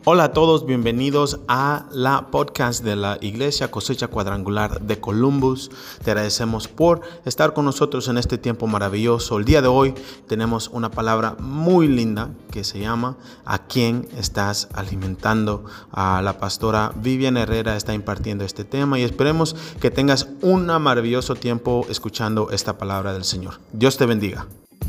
Hola a todos, bienvenidos a la podcast de la Iglesia Cosecha Cuadrangular de Columbus. Te agradecemos por estar con nosotros en este tiempo maravilloso. El día de hoy tenemos una palabra muy linda que se llama ¿A quién estás alimentando? La pastora Vivian Herrera está impartiendo este tema y esperemos que tengas un maravilloso tiempo escuchando esta palabra del Señor. Dios te bendiga.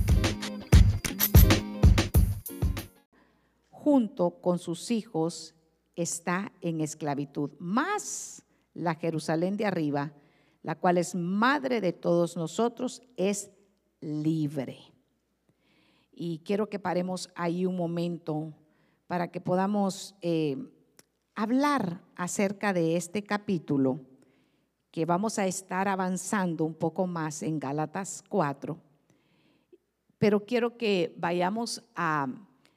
Junto con sus hijos está en esclavitud, más la Jerusalén de arriba, la cual es madre de todos nosotros, es libre. Y quiero que paremos ahí un momento para que podamos hablar acerca de este capítulo, que vamos a estar avanzando un poco más en Gálatas 4, pero quiero que vayamos a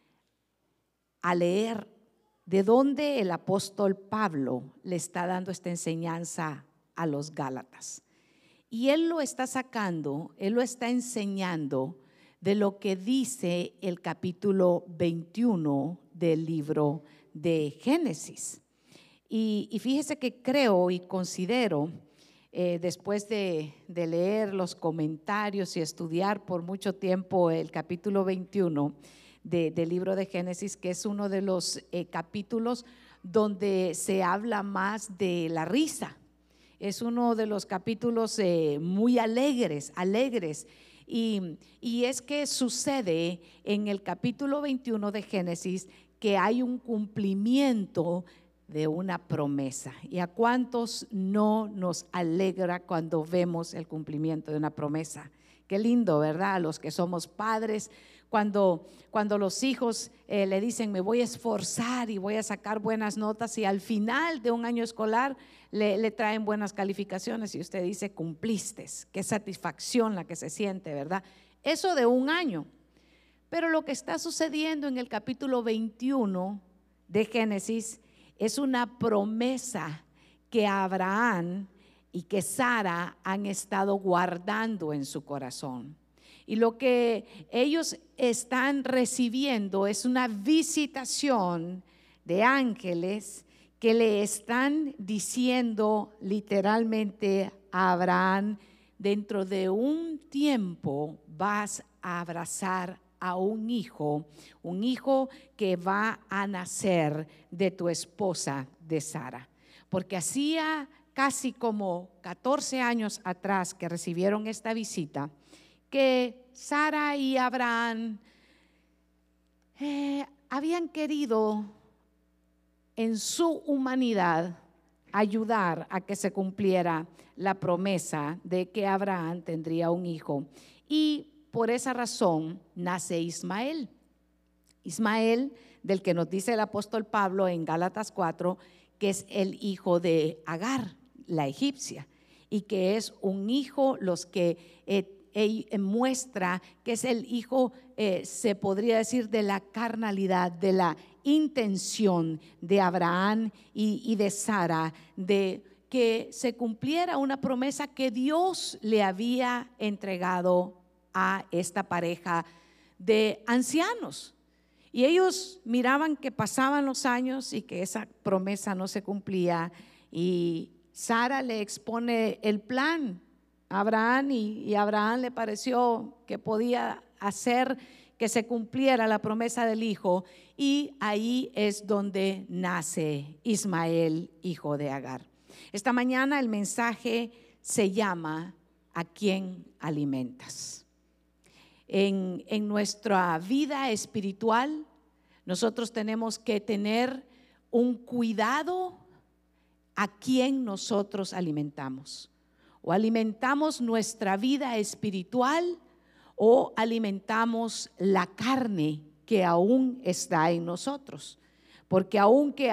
leer de dónde el apóstol Pablo le está dando esta enseñanza a los Gálatas. Y él lo está sacando, él lo está enseñando de lo que dice el capítulo 21 del libro de Génesis. Y fíjese que creo y considero, después de leer los comentarios y estudiar por mucho tiempo el capítulo 21, del libro de Génesis, que es uno de los capítulos donde se habla más de la risa. Es uno de los capítulos muy alegres. Y es que sucede en el capítulo 21 de Génesis que hay un cumplimiento de una promesa. ¿Y a cuántos no nos alegra cuando vemos el cumplimiento de una promesa? Qué lindo, ¿verdad? A los que somos padres, cuando los hijos le dicen me voy a esforzar y voy a sacar buenas notas, y al final de un año escolar le traen buenas calificaciones y usted dice cumpliste, qué satisfacción la que se siente, ¿verdad? Eso de un año. Pero lo que está sucediendo en el capítulo 21 de Génesis es una promesa que Abraham y que Sara han estado guardando en su corazón. Y lo que ellos están recibiendo es una visitación de ángeles que le están diciendo literalmente a Abraham: dentro de un tiempo vas a abrazar a un hijo que va a nacer de tu esposa de Sara. Porque hacía casi como 14 años atrás que recibieron esta visita, que Sara y Abraham habían querido en su humanidad ayudar a que se cumpliera la promesa de que Abraham tendría un hijo. Y por esa razón nace Ismael, del que nos dice el apóstol Pablo en Gálatas 4, que es el hijo de Agar, la egipcia, y que es un hijo, los que muestra que es el hijo, se podría decir, de la carnalidad, de la intención de Abraham y de Sara, de que se cumpliera una promesa que Dios le había entregado a esta pareja de ancianos. Y ellos miraban que pasaban los años y que esa promesa no se cumplía, y Sara le expone el plan a Abraham, y a Abraham le pareció que podía hacer que se cumpliera la promesa del hijo, y ahí es donde nace Ismael, hijo de Agar. Esta mañana el mensaje se llama ¿a quién alimentas? En nuestra vida espiritual nosotros tenemos que tener un cuidado a quién nosotros alimentamos. O alimentamos nuestra vida espiritual o alimentamos la carne que aún está en nosotros. Porque aunque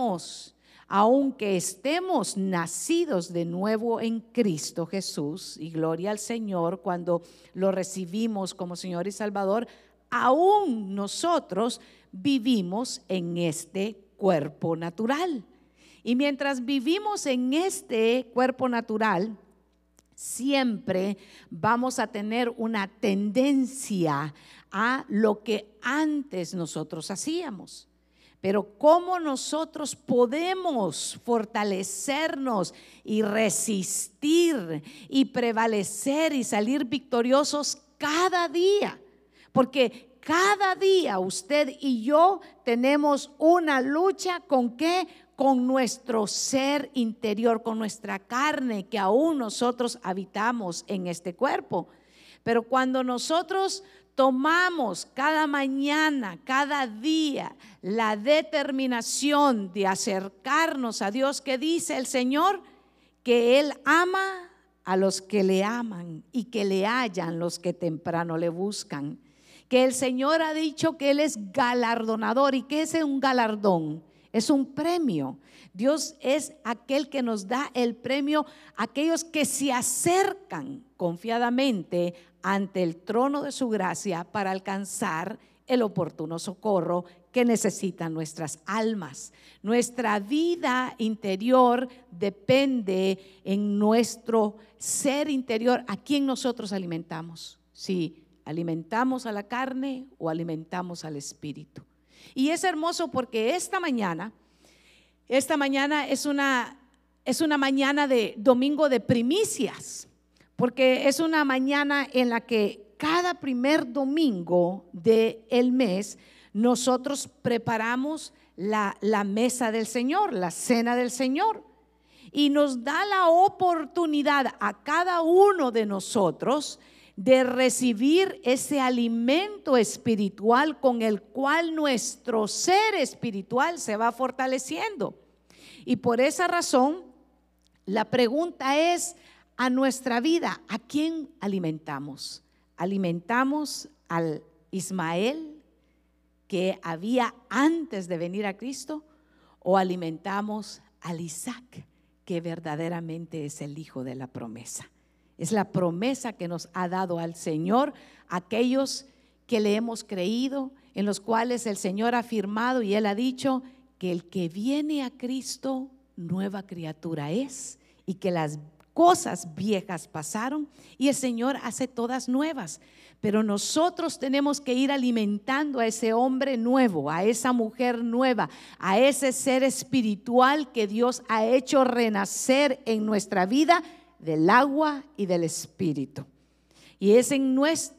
estemos nacidos de nuevo en Cristo Jesús, y gloria al Señor cuando lo recibimos como Señor y Salvador, aún nosotros vivimos en este cuerpo natural. Y mientras vivimos en este cuerpo natural, siempre vamos a tener una tendencia a lo que antes nosotros hacíamos. Pero ¿cómo nosotros podemos fortalecernos y resistir y prevalecer y salir victoriosos cada día? Porque cada día usted y yo tenemos una lucha ¿con qué? Con nuestro ser interior, con nuestra carne que aún nosotros habitamos en este cuerpo. Pero cuando nosotros tomamos cada mañana, cada día, la determinación de acercarnos a Dios, que dice el Señor, que Él ama a los que le aman y que le hallan los que temprano le buscan. Que el Señor ha dicho que Él es galardonador. ¿Y qué es un galardón? Es un premio. Dios es aquel que nos da el premio a aquellos que se acercan confiadamente ante el trono de su gracia para alcanzar el oportuno socorro que necesitan nuestras almas. Nuestra vida interior depende en nuestro ser interior. ¿A quién nosotros alimentamos? Si alimentamos a la carne o alimentamos al espíritu. Y es hermoso porque esta mañana es una mañana de domingo de primicias, porque es una mañana en la que cada primer domingo del mes nosotros preparamos la mesa del Señor, la cena del Señor, y nos da la oportunidad a cada uno de nosotros de recibir ese alimento espiritual con el cual nuestro ser espiritual se va fortaleciendo. Y por esa razón, la pregunta es a nuestra vida, ¿a quién alimentamos? ¿Alimentamos al Ismael que había antes de venir a Cristo? ¿O alimentamos al Isaac que verdaderamente es el hijo de la promesa? Es la promesa que nos ha dado al Señor aquellos que le hemos creído, en los cuales el Señor ha afirmado y Él ha dicho que el que viene a Cristo nueva criatura es, y que las cosas viejas pasaron y el Señor hace todas nuevas. Pero nosotros tenemos que ir alimentando a ese hombre nuevo, a esa mujer nueva, a ese ser espiritual que Dios ha hecho renacer en nuestra vida del agua y del espíritu. Y es en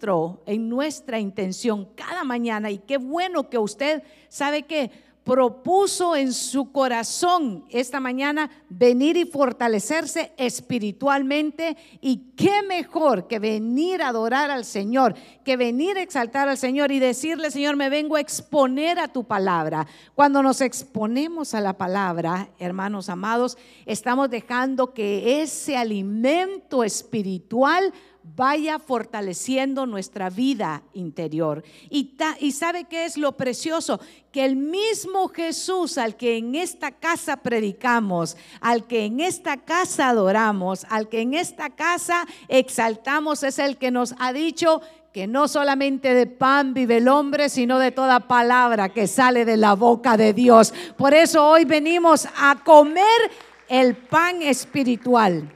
nuestra intención cada mañana. Y qué bueno que usted sabe que propuso en su corazón esta mañana venir y fortalecerse espiritualmente. Y qué mejor que venir a adorar al Señor, que venir a exaltar al Señor y decirle: Señor, me vengo a exponer a tu palabra. Cuando nos exponemos a la palabra, hermanos amados, estamos dejando que ese alimento espiritual vaya fortaleciendo nuestra vida interior. Y ¿sabe qué es lo precioso? Que el mismo Jesús al que en esta casa predicamos, al que en esta casa adoramos, al que en esta casa exaltamos, es el que nos ha dicho que no solamente de pan vive el hombre, sino de toda palabra que sale de la boca de Dios. Por eso hoy venimos a comer el pan espiritual.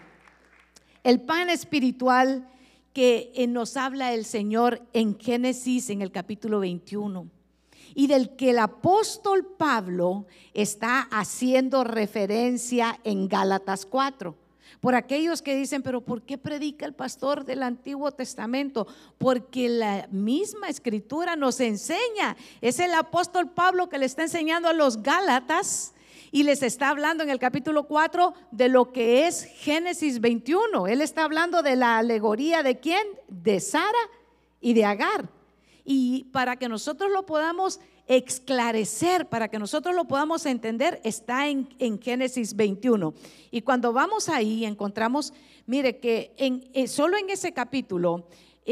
El pan espiritual que nos habla el Señor en Génesis, en el capítulo 21, y del que el apóstol Pablo está haciendo referencia en Gálatas 4. Por aquellos que dicen: pero ¿por qué predica el pastor del Antiguo Testamento? Porque la misma escritura nos enseña. Es el apóstol Pablo que le está enseñando a los Gálatas y les está hablando en el capítulo 4 de lo que es Génesis 21. Él está hablando de la alegoría ¿de quién? De Sara y de Agar. Y para que nosotros lo podamos esclarecer, para que nosotros lo podamos entender, está en Génesis 21. Y cuando vamos ahí encontramos, mire que solo en ese capítulo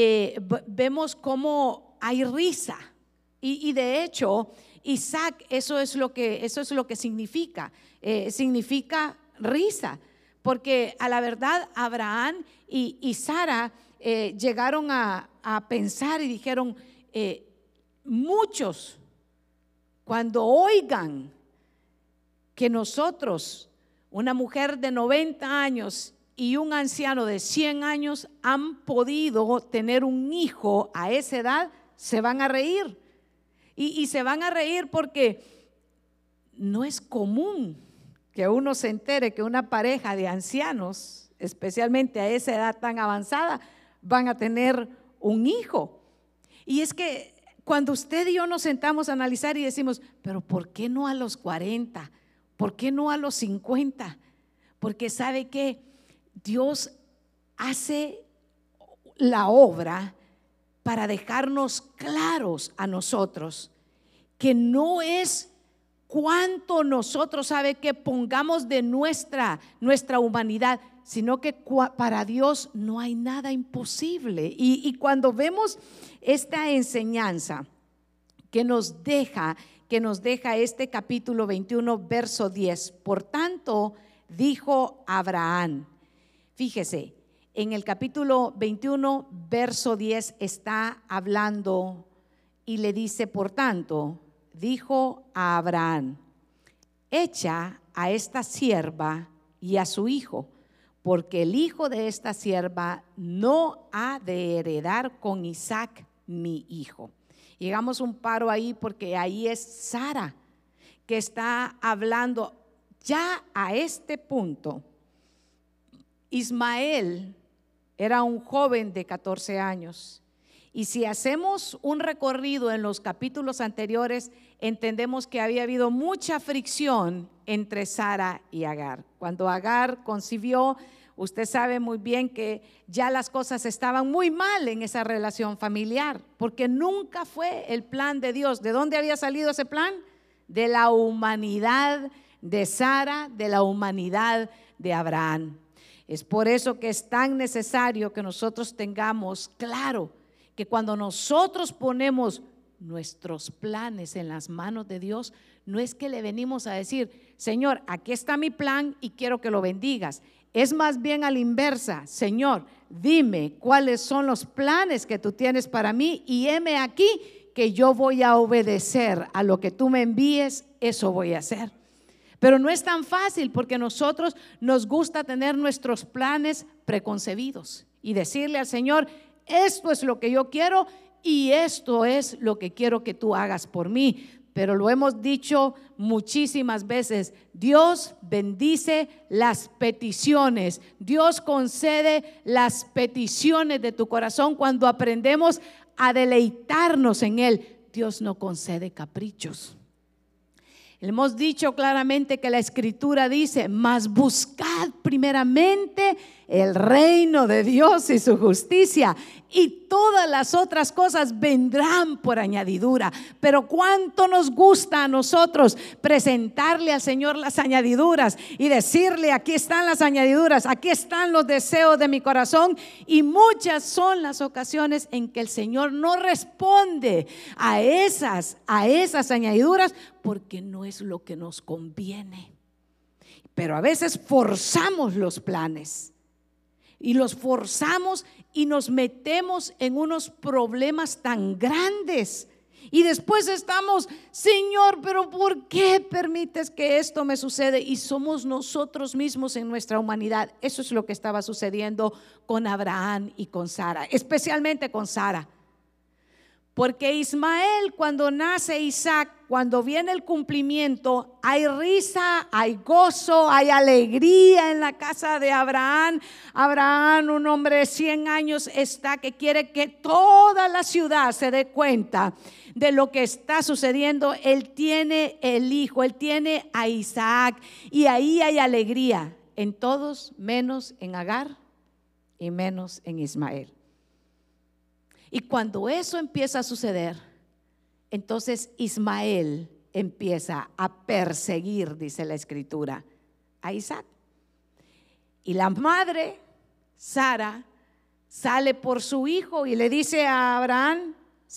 vemos cómo hay risa. Y de hecho Isaac, eso es lo que significa, significa risa, porque a la verdad Abraham y Sara llegaron a pensar y dijeron: muchos, cuando oigan que nosotros, una mujer de 90 años y un anciano de 100 años, han podido tener un hijo a esa edad, se van a reír. Y se van a reír porque no es común que uno se entere que una pareja de ancianos, especialmente a esa edad tan avanzada, van a tener un hijo. Y es que cuando usted y yo nos sentamos a analizar y decimos, pero ¿por qué no a los 40? ¿Por qué no a los 50? Porque sabe que Dios hace la obra para dejarnos claros a nosotros que no es cuánto nosotros, sabe que pongamos de nuestra humanidad, sino que para Dios no hay nada imposible. Y cuando vemos esta enseñanza que nos deja este capítulo 21, verso 10, por tanto, dijo Abraham. Fíjese, en el capítulo 21, verso 10 está hablando y le dice, por tanto, dijo a Abraham, echa a esta sierva y a su hijo, porque el hijo de esta sierva no ha de heredar con Isaac mi hijo. Llegamos un paro ahí porque ahí es Sara que está hablando ya a este punto. Ismael era un joven de 14 años. Y si hacemos un recorrido en los capítulos anteriores, entendemos que había habido mucha fricción entre Sara y Agar. Cuando Agar concibió, usted sabe muy bien que ya las cosas estaban muy mal en esa relación familiar, porque nunca fue el plan de Dios. ¿De dónde había salido ese plan? De la humanidad de Sara, de la humanidad de Abraham. Es por eso que es tan necesario que nosotros tengamos claro que cuando nosotros ponemos nuestros planes en las manos de Dios, no es que le venimos a decir, Señor, aquí está mi plan y quiero que lo bendigas. Es más bien a la inversa, Señor, dime cuáles son los planes que tú tienes para mí y heme aquí que yo voy a obedecer a lo que tú me envíes, eso voy a hacer. Pero no es tan fácil porque nosotros nos gusta tener nuestros planes preconcebidos y decirle al Señor, esto es lo que yo quiero y esto es lo que quiero que tú hagas por mí. Pero lo hemos dicho muchísimas veces, Dios bendice las peticiones, Dios concede las peticiones de tu corazón cuando aprendemos a deleitarnos en Él. Dios no concede caprichos. Hemos dicho claramente que la Escritura dice, mas buscad primeramente el reino de Dios y su justicia, y todas las otras cosas vendrán por añadidura. Pero cuánto nos gusta a nosotros presentarle al Señor las añadiduras y decirle, aquí están las añadiduras, aquí están los deseos de mi corazón, y muchas son las ocasiones en que el Señor no responde a esas añadiduras porque no es lo que nos conviene. Pero a veces forzamos los planes y los forzamos y nos metemos en unos problemas tan grandes y después estamos, Señor, pero ¿por qué permites que esto me suceda? Y somos nosotros mismos en nuestra humanidad. Eso es lo que estaba sucediendo con Abraham y con Sara, especialmente con Sara. Porque Ismael, cuando nace Isaac, cuando viene el cumplimiento, hay risa, hay gozo, hay alegría en la casa de Abraham. Abraham, un hombre de 100 años, está que quiere que toda la ciudad se dé cuenta de lo que está sucediendo. Él tiene el hijo, él tiene a Isaac, y ahí hay alegría en todos, menos en Agar y menos en Ismael. Y cuando eso empieza a suceder, entonces Ismael empieza a perseguir, dice la Escritura, a Isaac. Y la madre, Sara, sale por su hijo y le dice a Abraham,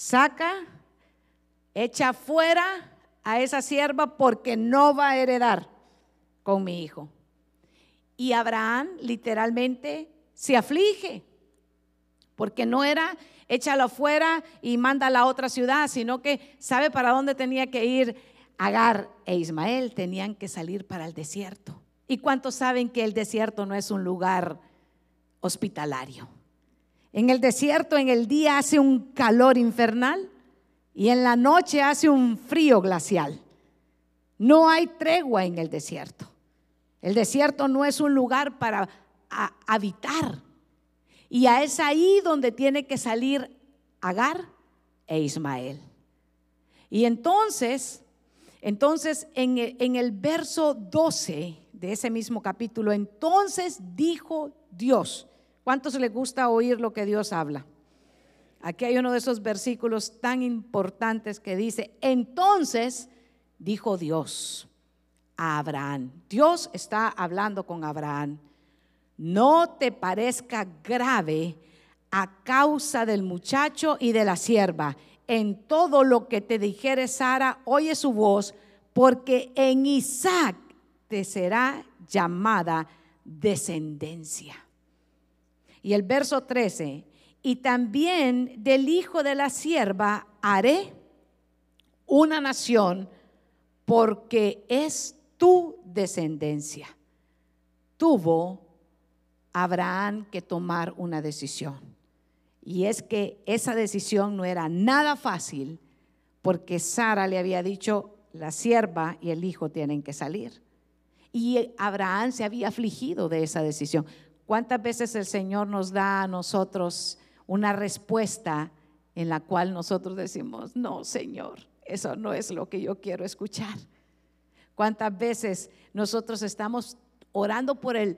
echa fuera a esa sierva porque no va a heredar con mi hijo. Y Abraham literalmente se aflige, porque no era échalo fuera y manda a la otra ciudad, sino que sabe para dónde tenía que ir. Agar e Ismael tenían que salir para el desierto. ¿Y cuántos saben que el desierto no es un lugar hospitalario? En el desierto, en el día hace un calor infernal y en la noche hace un frío glacial. No hay tregua en el desierto. El desierto no es un lugar para habitar. Y es ahí donde tiene que salir Agar e Ismael. Y entonces en el verso 12 de ese mismo capítulo, entonces dijo Dios. ¿Cuántos les gusta oír lo que Dios habla? Aquí hay uno de esos versículos tan importantes que dice, entonces dijo Dios a Abraham. Dios está hablando con Abraham. No te parezca grave a causa del muchacho y de la sierva. En todo lo que te dijere Sara, oye su voz, porque en Isaac te será llamada descendencia. Y el verso 13, y también del hijo de la sierva haré una nación, porque es tu descendencia. Tuvo Abraham que tomar una decisión. Y es que esa decisión no era nada fácil, porque Sara le había dicho, la sierva y el hijo tienen que salir. Y Abraham se había afligido de esa decisión. ¿Cuántas veces el Señor nos da a nosotros una respuesta en la cual nosotros decimos, no, Señor, eso no es lo que yo quiero escuchar? ¿Cuántas veces nosotros estamos orando por el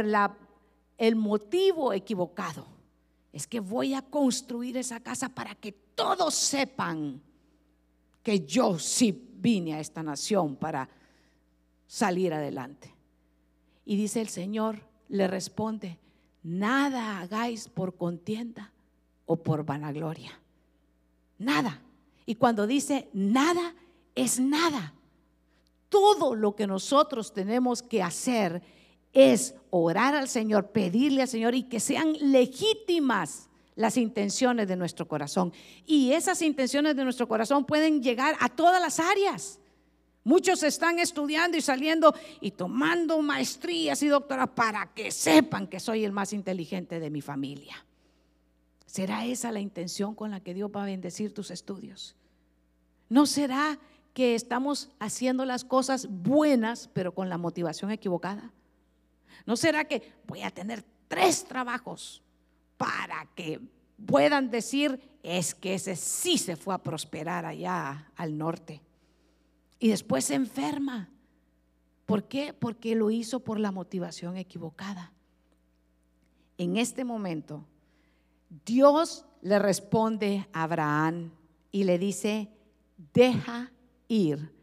motivo equivocado? Es que voy a construir esa casa para que todos sepan que yo sí vine a esta nación para salir adelante. Y dice el Señor, le responde, nada hagáis por contienda o por vanagloria. Nada. Y cuando dice nada, es nada. Todo lo que nosotros tenemos que hacer es orar al Señor, pedirle al Señor y que sean legítimas las intenciones de nuestro corazón. Y esas intenciones de nuestro corazón pueden llegar a todas las áreas. Muchos están estudiando y saliendo y tomando maestrías y doctorados para que sepan que soy el más inteligente de mi familia. ¿Será esa la intención con la que Dios va a bendecir tus estudios? ¿No será que estamos haciendo las cosas buenas pero con la motivación equivocada? ¿No será que voy a tener 3 trabajos para que puedan decir, es que ese sí se fue a prosperar allá al norte? Y después se enferma. ¿Por qué? Porque lo hizo por la motivación equivocada. En este momento, Dios le responde a Abraham y le dice, deja ir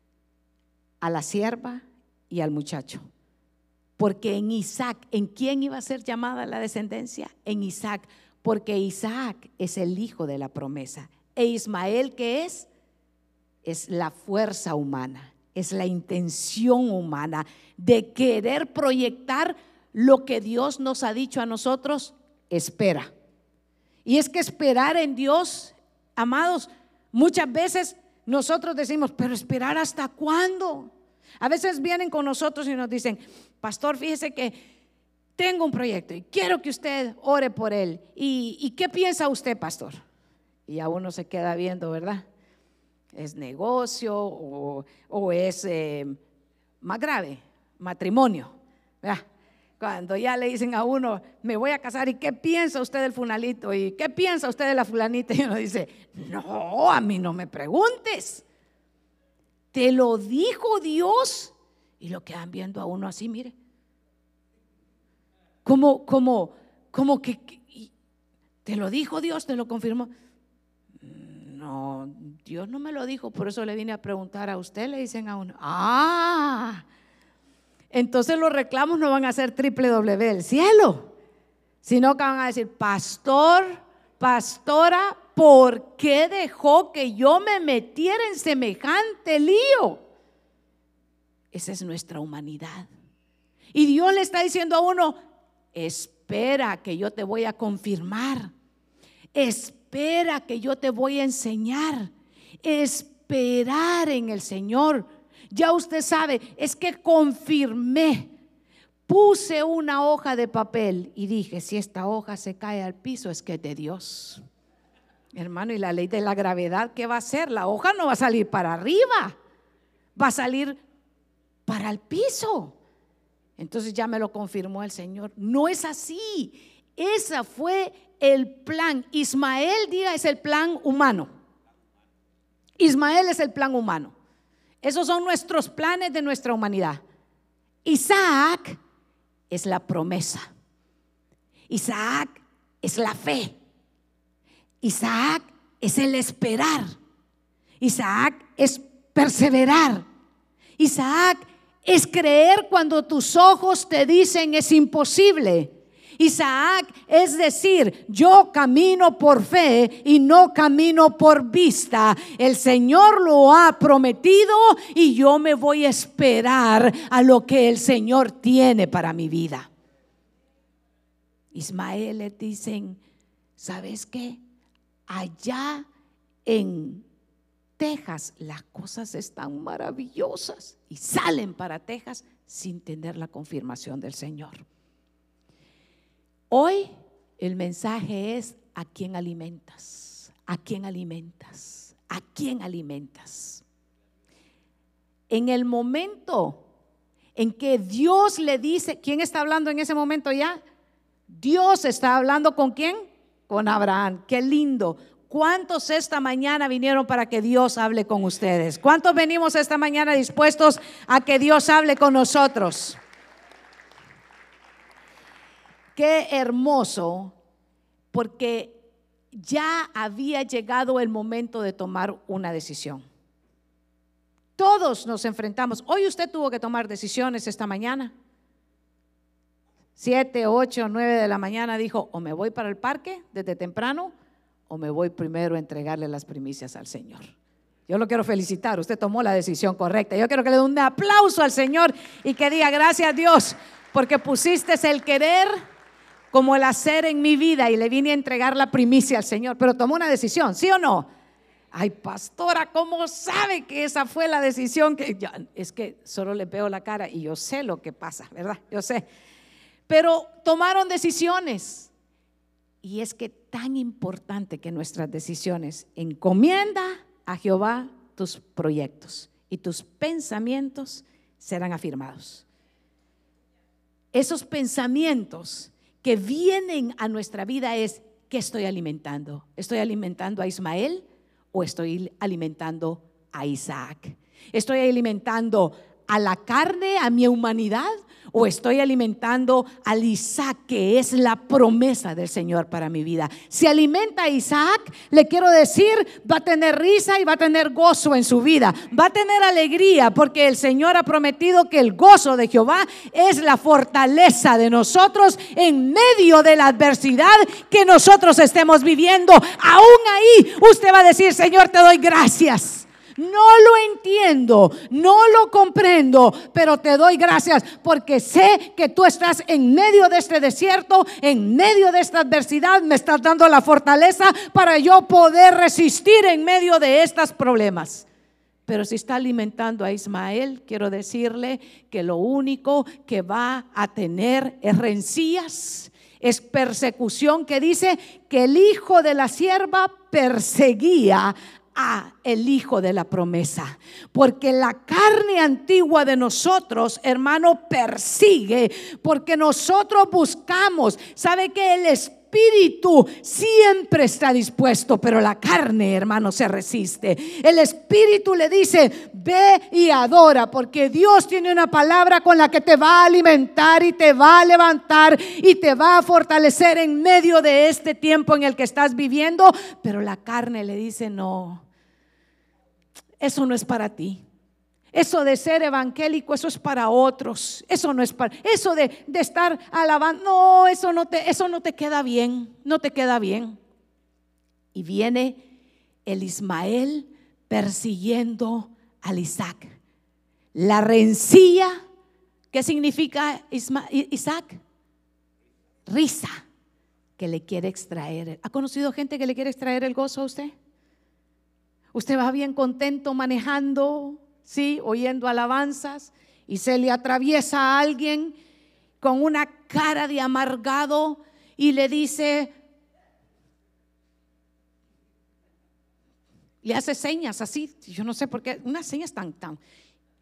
a la sierva y al muchacho. Porque en Isaac, ¿en quién iba a ser llamada la descendencia? En Isaac, porque Isaac es el hijo de la promesa. E Ismael, ¿qué es? Es la fuerza humana, es la intención humana de querer proyectar lo que Dios nos ha dicho a nosotros, espera. Y es que esperar en Dios, amados, muchas veces nosotros decimos, pero esperar ¿hasta cuándo? A veces vienen con nosotros y nos dicen, pastor, fíjese que tengo un proyecto y quiero que usted ore por él. ¿Y qué piensa usted, pastor? Y a uno se queda viendo, ¿verdad? ¿Es negocio o es más grave, matrimonio? ¿Verdad? Cuando ya le dicen a uno, me voy a casar, ¿y qué piensa usted del fulanito? ¿Y qué piensa usted de la fulanita? Y uno dice, no, a mí no me preguntes. Te lo dijo Dios. Y lo quedan viendo a uno así, mire. Como que te lo dijo Dios, te lo confirmó. No, Dios no me lo dijo, por eso le vine a preguntar a usted, le dicen a uno. Entonces los reclamos no van a ser www del cielo, sino que van a decir, pastor, pastora, ¿por qué dejó que yo me metiera en semejante lío? Esa es nuestra humanidad. Y Dios le está diciendo a uno, espera que yo te voy a confirmar. Espera que yo te voy a enseñar. Esperar en el Señor. Ya usted sabe, es que confirmé. Puse una hoja de papel y dije, si esta hoja se cae al piso es que es de Dios. Hermano, y la ley de la gravedad, ¿qué va a hacer? La hoja no va a salir para arriba, va a salir para el piso. Entonces ya me lo confirmó el Señor. No es así. Ese fue el plan. Ismael, diga, es el plan humano. Ismael es el plan humano. Esos son nuestros planes de nuestra humanidad. Isaac es la promesa. Isaac es la fe. Isaac es el esperar. Isaac es perseverar. Isaac es creer cuando tus ojos te dicen es imposible. Isaac es decir, yo camino por fe y no camino por vista. El Señor lo ha prometido y yo me voy a esperar a lo que el Señor tiene para mi vida. Ismael le dicen, ¿sabes qué? Allá en Texas las cosas están maravillosas, y salen para Texas sin tener la confirmación del Señor. Hoy el mensaje es: ¿a quién alimentas? ¿A quién alimentas? ¿A quién alimentas? En el momento en que Dios le dice, ¿quién está hablando en ese momento ya? Dios está hablando ¿con quién? Con Abraham. Qué lindo. ¿Cuántos esta mañana vinieron para que Dios hable con ustedes? ¿Cuántos venimos esta mañana dispuestos a que Dios hable con nosotros? Qué hermoso, porque ya había llegado el momento de tomar una decisión. Todos nos enfrentamos. Hoy usted tuvo que tomar decisiones esta mañana. 7, 8, 9 de la mañana dijo: o me voy para el parque desde temprano, o me voy primero a entregarle las primicias al Señor. Yo lo quiero felicitar, usted tomó la decisión correcta. Yo quiero que le dé un aplauso al Señor y que diga: gracias a Dios, porque pusiste el querer como el hacer en mi vida, y le vine a entregar la primicia al Señor. Pero tomó una decisión, ¿sí o no? Ay, pastora, ¿cómo sabe que esa fue la decisión? Es que solo le veo la cara y yo sé lo que pasa, ¿verdad? Yo sé. Pero tomaron decisiones. Y es que tan importante que nuestras decisiones: encomienda a Jehová tus proyectos y tus pensamientos serán afirmados. Esos pensamientos que vienen a nuestra vida es: ¿qué estoy alimentando? ¿Estoy alimentando a Ismael o estoy alimentando a Isaac? ¿Estoy alimentando a la carne, a mi humanidad, o estoy alimentando al Isaac que es la promesa del Señor para mi vida? Si alimenta a Isaac, le quiero decir, va a tener risa y va a tener gozo en su vida, va a tener alegría, porque el Señor ha prometido que el gozo de Jehová es la fortaleza de nosotros en medio de la adversidad que nosotros estemos viviendo. Aún ahí usted va a decir: Señor, te doy gracias. No lo entiendo, no lo comprendo, pero te doy gracias porque sé que tú estás en medio de este desierto, en medio de esta adversidad. Me estás dando la fortaleza para yo poder resistir en medio de estos problemas. Pero si está alimentando a Ismael, quiero decirle que lo único que va a tener es rencillas, es persecución, que dice que el hijo de la sierva perseguía a el hijo de la promesa, porque la carne antigua de nosotros, hermano, persigue, porque nosotros buscamos. ¿Sabe que el espíritu siempre está dispuesto, pero la carne, hermano, se resiste? El espíritu le dice: ve y adora, porque Dios tiene una palabra con la que te va a alimentar y te va a levantar y te va a fortalecer en medio de este tiempo en el que estás viviendo. Pero la carne le dice: no, eso no es para ti. Eso de ser evangélico, eso es para otros. Eso no es para, eso de estar alabando, no, eso no te queda bien, no te queda bien. Y viene el Ismael persiguiendo al Isaac. La rencilla, ¿qué significa Isaac? Risa, que le quiere extraer. ¿Ha conocido gente que le quiere extraer el gozo a usted? Usted va bien contento manejando, sí, oyendo alabanzas, y se le atraviesa a alguien con una cara de amargado y le dice, le hace señas así, yo no sé por qué, unas señas tan,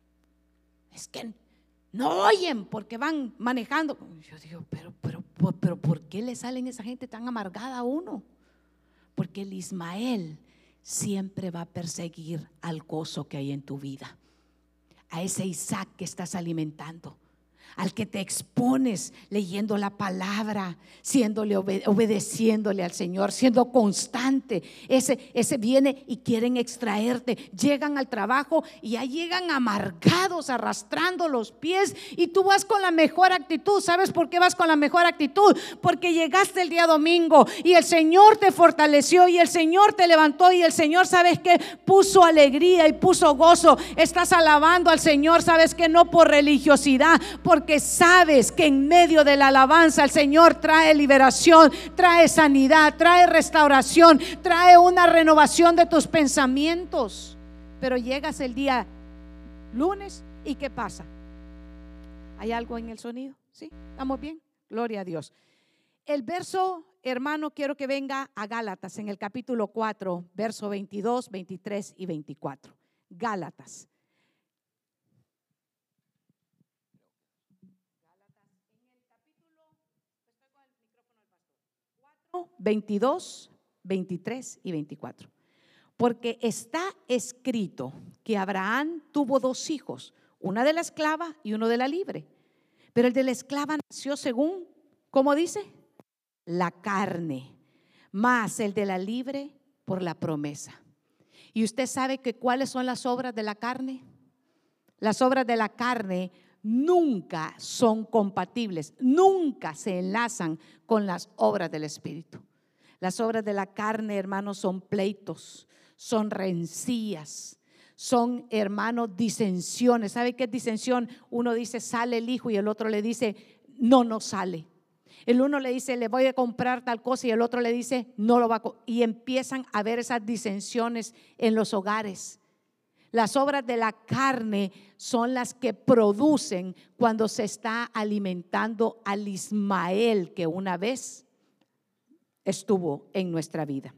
es que no oyen porque van manejando. Yo digo, pero ¿por qué le salen esa gente tan amargada a uno? Porque el Ismael siempre va a perseguir al gozo que hay en tu vida, a ese Isaac que estás alimentando, al que te expones leyendo la palabra, obedeciéndole al Señor, siendo constante. Ese viene y quieren extraerte, llegan al trabajo y ya llegan amargados, arrastrando los pies, y tú vas con la mejor actitud. ¿Sabes por qué vas con la mejor actitud? Porque llegaste el día domingo y el Señor te fortaleció y el Señor te levantó y el Señor, ¿sabes qué? Puso alegría y puso gozo. Estás alabando al Señor, ¿sabes qué? No por religiosidad, porque sabes que en medio de la alabanza el Señor trae liberación, trae sanidad, trae restauración, trae una renovación de tus pensamientos. Pero llegas el día lunes y ¿qué pasa? ¿Hay algo en el sonido? ¿Sí? ¿Estamos bien? Gloria a Dios. El verso, hermano, quiero que venga a Gálatas en el capítulo 4, verso 22, 23 y 24. Gálatas. 22, 23 y 24. Porque está escrito que Abraham tuvo dos hijos, una de la esclava y uno de la libre. Pero el de la esclava nació según, ¿cómo dice? La carne, más el de la libre por la promesa. ¿Y usted sabe que cuáles son las obras de la carne? Las obras de la carne nunca son compatibles, nunca se enlazan con las obras del Espíritu. Las obras de la carne, hermanos, son pleitos, son rencillas, son, hermanos, disensiones. ¿Sabe qué es disensión? Uno dice sale el hijo y el otro le dice no sale. El uno le dice le voy a comprar tal cosa y el otro le dice no lo va a y empiezan a haber esas disensiones en los hogares. Las obras de la carne son las que producen cuando se está alimentando al Ismael que una vez estuvo en nuestra vida.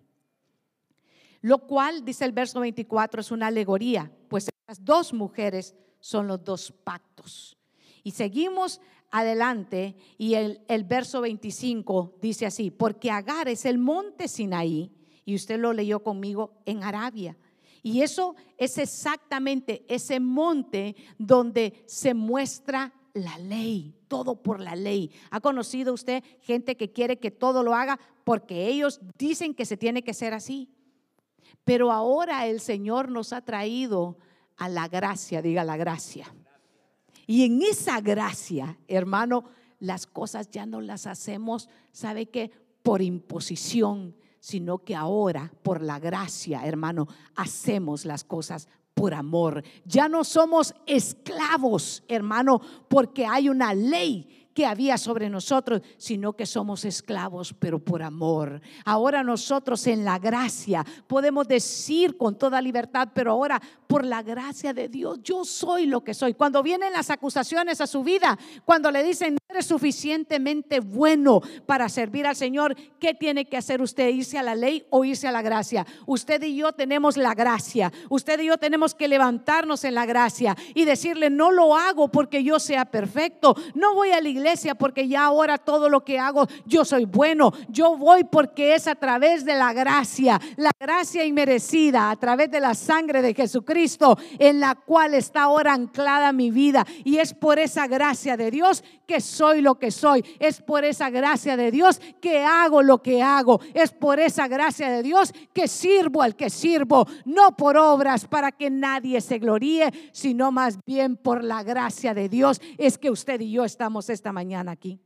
Lo cual, dice el verso 24, es una alegoría, pues las dos mujeres son los dos pactos. Y seguimos adelante y el verso 25 dice así: porque Agar es el monte Sinaí, y usted lo leyó conmigo, en Arabia. Y eso es exactamente ese monte donde se muestra la ley, todo por la ley. ¿Ha conocido usted gente que quiere que todo lo haga porque ellos dicen que se tiene que hacer así? Pero ahora el Señor nos ha traído a la gracia, diga la gracia. Y en esa gracia, hermano, las cosas ya no las hacemos, ¿sabe qué? Por imposición, sino que ahora por la gracia, hermano, hacemos las cosas por amor. Ya no somos esclavos, hermano, porque hay una ley que había sobre nosotros, sino que somos esclavos, pero por amor. Ahora nosotros en la gracia podemos decir con toda libertad, pero ahora por la gracia de Dios yo soy lo que soy. Cuando vienen las acusaciones a su vida, cuando le dicen no eres suficientemente bueno para servir al Señor, ¿qué tiene que hacer usted? ¿Irse a la ley o irse a la gracia? Usted y yo tenemos la gracia. Usted y yo tenemos que levantarnos en la gracia y decirle no lo hago porque yo sea perfecto, no voy a la iglesia porque ya ahora todo lo que hago yo soy bueno, yo voy porque es a través de la gracia inmerecida, a través de la sangre de Jesucristo, en la cual está ahora anclada mi vida, y es por esa gracia de Dios que soy lo que soy, es por esa gracia de Dios que hago lo que hago, es por esa gracia de Dios que sirvo al que sirvo, no por obras para que nadie se gloríe, sino más bien por la gracia de Dios es que usted y yo estamos esta mañana aquí.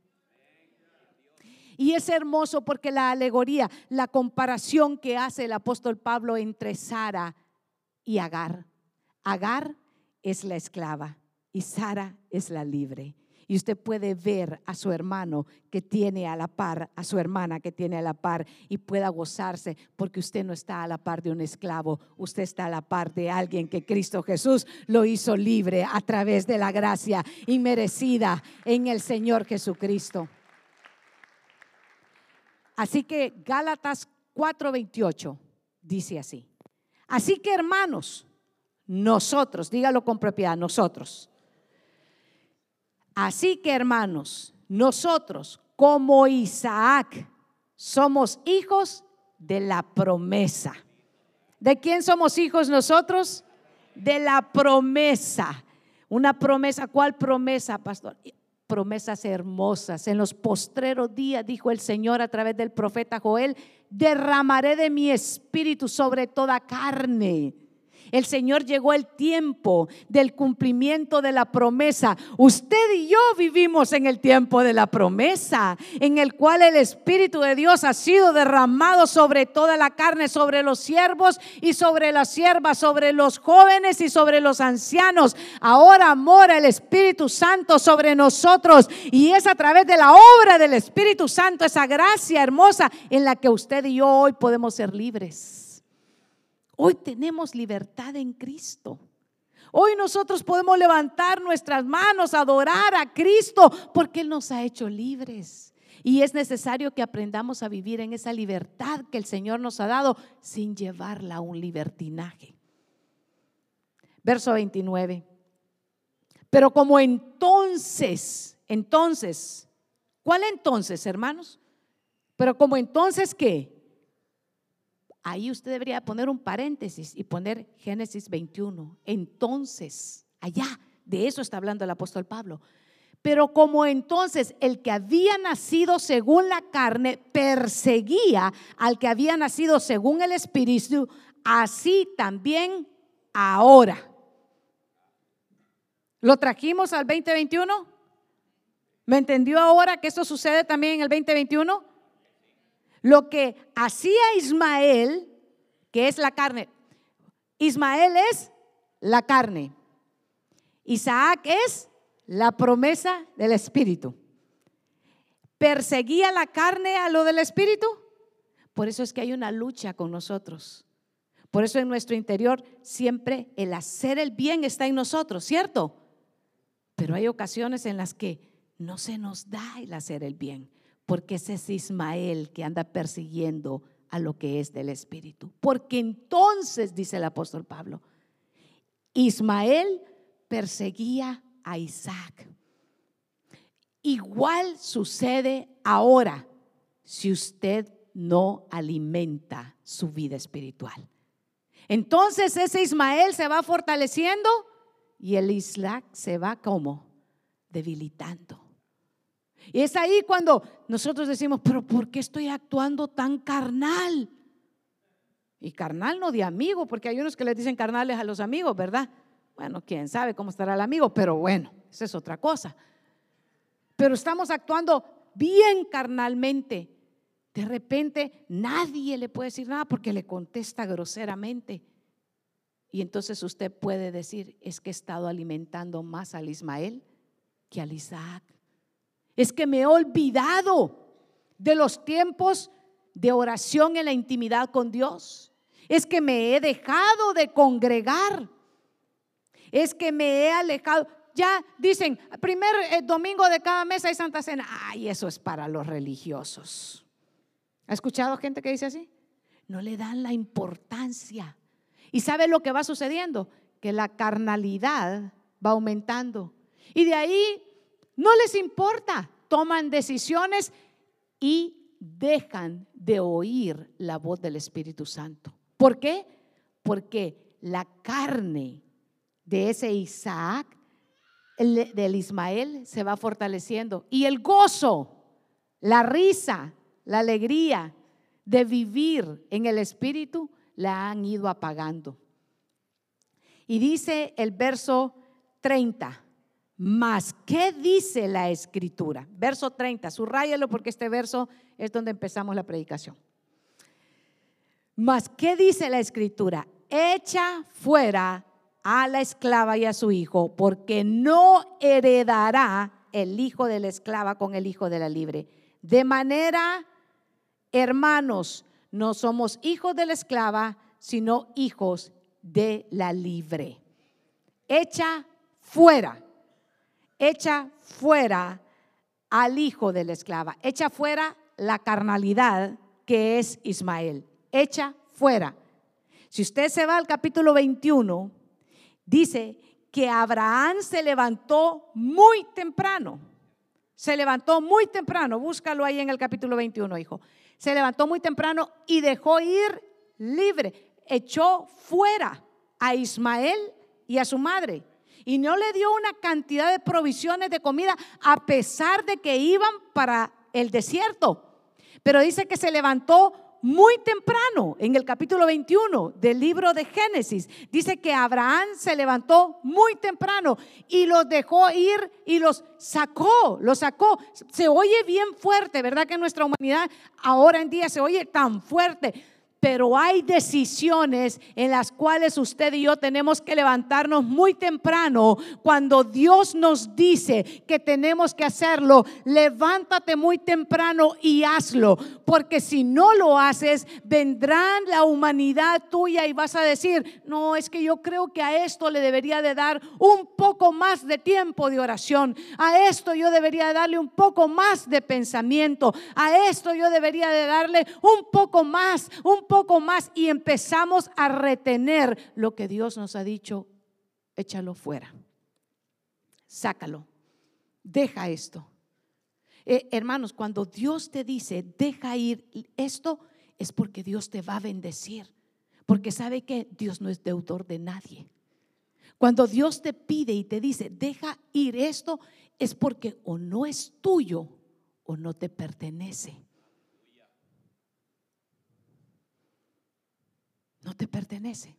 Y es hermoso porque la alegoría, la comparación que hace el apóstol Pablo entre Sara y Agar. Agar es la esclava y Sara es la libre. Y usted puede ver a su hermano que tiene a la par, a su hermana que tiene a la par, y pueda gozarse porque usted no está a la par de un esclavo, usted está a la par de alguien que Cristo Jesús lo hizo libre a través de la gracia inmerecida en el Señor Jesucristo. Así que Gálatas 4:28 dice así: así que hermanos, nosotros, dígalo con propiedad, nosotros Así que, hermanos, nosotros como Isaac somos hijos de la promesa. ¿De quién somos hijos nosotros? De la promesa. Una promesa, ¿cuál promesa, pastor? Promesas hermosas. En los postreros días, dijo el Señor a través del profeta Joel, derramaré de mi espíritu sobre toda carne. El Señor, llegó el tiempo del cumplimiento de la promesa. Usted y yo vivimos en el tiempo de la promesa, en el cual el Espíritu de Dios ha sido derramado sobre toda la carne, sobre los siervos y sobre las siervas, sobre los jóvenes y sobre los ancianos. Ahora mora el Espíritu Santo sobre nosotros, y es a través de la obra del Espíritu Santo, esa gracia hermosa, en la que usted y yo hoy podemos ser libres. Hoy tenemos libertad en Cristo. Hoy nosotros podemos levantar nuestras manos, adorar a Cristo, porque Él nos ha hecho libres. Y es necesario que aprendamos a vivir en esa libertad que el Señor nos ha dado, sin llevarla a un libertinaje. Verso 29. Pero como entonces, ¿cuál entonces, hermanos? Pero como entonces, ¿qué? Ahí usted debería poner un paréntesis y poner Génesis 21. Entonces, allá, de eso está hablando el apóstol Pablo. Pero como entonces el que había nacido según la carne perseguía al que había nacido según el Espíritu, así también ahora. ¿Lo trajimos al 2021? ¿Me entendió ahora que esto sucede también en el 2021? Lo que hacía Ismael, que es la carne. Ismael es la carne. Isaac es la promesa del Espíritu. ¿Perseguía la carne a lo del Espíritu? Por eso es que hay una lucha con nosotros. Por eso en nuestro interior siempre el hacer el bien está en nosotros, ¿cierto? Pero hay ocasiones en las que no se nos da el hacer el bien, porque ese es Ismael que anda persiguiendo a lo que es del Espíritu. Porque entonces, dice el apóstol Pablo, Ismael perseguía a Isaac. Igual sucede ahora si usted no alimenta su vida espiritual. Entonces ese Ismael se va fortaleciendo y el Isaac se va como debilitando. Y es ahí cuando nosotros decimos, pero ¿por qué estoy actuando tan carnal? Y carnal no de amigo, porque hay unos que les dicen carnales a los amigos, ¿verdad? Bueno, quién sabe cómo estará el amigo, pero bueno, esa es otra cosa. Pero estamos actuando bien carnalmente. De repente nadie le puede decir nada porque le contesta groseramente. Y entonces usted puede decir, es que he estado alimentando más al Ismael que al Isaac. Es que me he olvidado de los tiempos de oración en la intimidad con Dios. Es que me he dejado de congregar. Es que me he alejado. Ya dicen, primer domingo de cada mes hay Santa Cena. Ay, eso es para los religiosos. ¿Ha escuchado gente que dice así? No le dan la importancia. ¿Y sabe lo que va sucediendo? Que la carnalidad va aumentando. Y de ahí no les importa, toman decisiones y dejan de oír la voz del Espíritu Santo. ¿Por qué? Porque la carne de ese Isaac, del Ismael, se va fortaleciendo. Y el gozo, la risa, la alegría de vivir en el Espíritu la han ido apagando. Y dice el verso 30. Mas, ¿qué dice la Escritura? Verso 30, subráyalo porque este verso es donde empezamos la predicación. Mas, ¿qué dice la Escritura? Echa fuera a la esclava y a su hijo, porque no heredará el hijo de la esclava con el hijo de la libre. De manera, hermanos, no somos hijos de la esclava, sino hijos de la libre. Echa fuera. Echa fuera al hijo de la esclava. Echa fuera la carnalidad que es Ismael. Echa fuera. Si usted se va al capítulo 21, dice que Abraham se levantó muy temprano. Se levantó muy temprano. Búscalo ahí en el capítulo 21, hijo. Se levantó muy temprano y dejó ir libre. Echó fuera a Ismael y a su madre. Y no le dio una cantidad de provisiones de comida a pesar de que iban para el desierto. Pero dice que se levantó muy temprano. En el capítulo 21 del libro de Génesis dice que Abraham se levantó muy temprano y los dejó ir y los sacó. Se oye bien fuerte, ¿verdad? Que nuestra humanidad ahora en día se oye tan fuerte. Pero hay decisiones en las cuales usted y yo tenemos que levantarnos muy temprano. Cuando Dios nos dice que tenemos que hacerlo, levántate muy temprano y hazlo. Porque si no lo haces, vendrá la humanidad tuya y vas a decir: no, es que yo creo que a esto le debería de dar un poco más de tiempo de oración. A esto yo debería darle un poco más de pensamiento. A esto yo debería de darle un poco más. Y empezamos a retener lo que Dios nos ha dicho. Échalo fuera, sácalo, deja esto. Hermanos, cuando Dios te dice deja ir esto, es porque Dios te va a bendecir. Porque sabe que Dios no es deudor de nadie. Cuando Dios te pide y te dice deja ir esto, es porque o no es tuyo o no te pertenece. No te pertenece.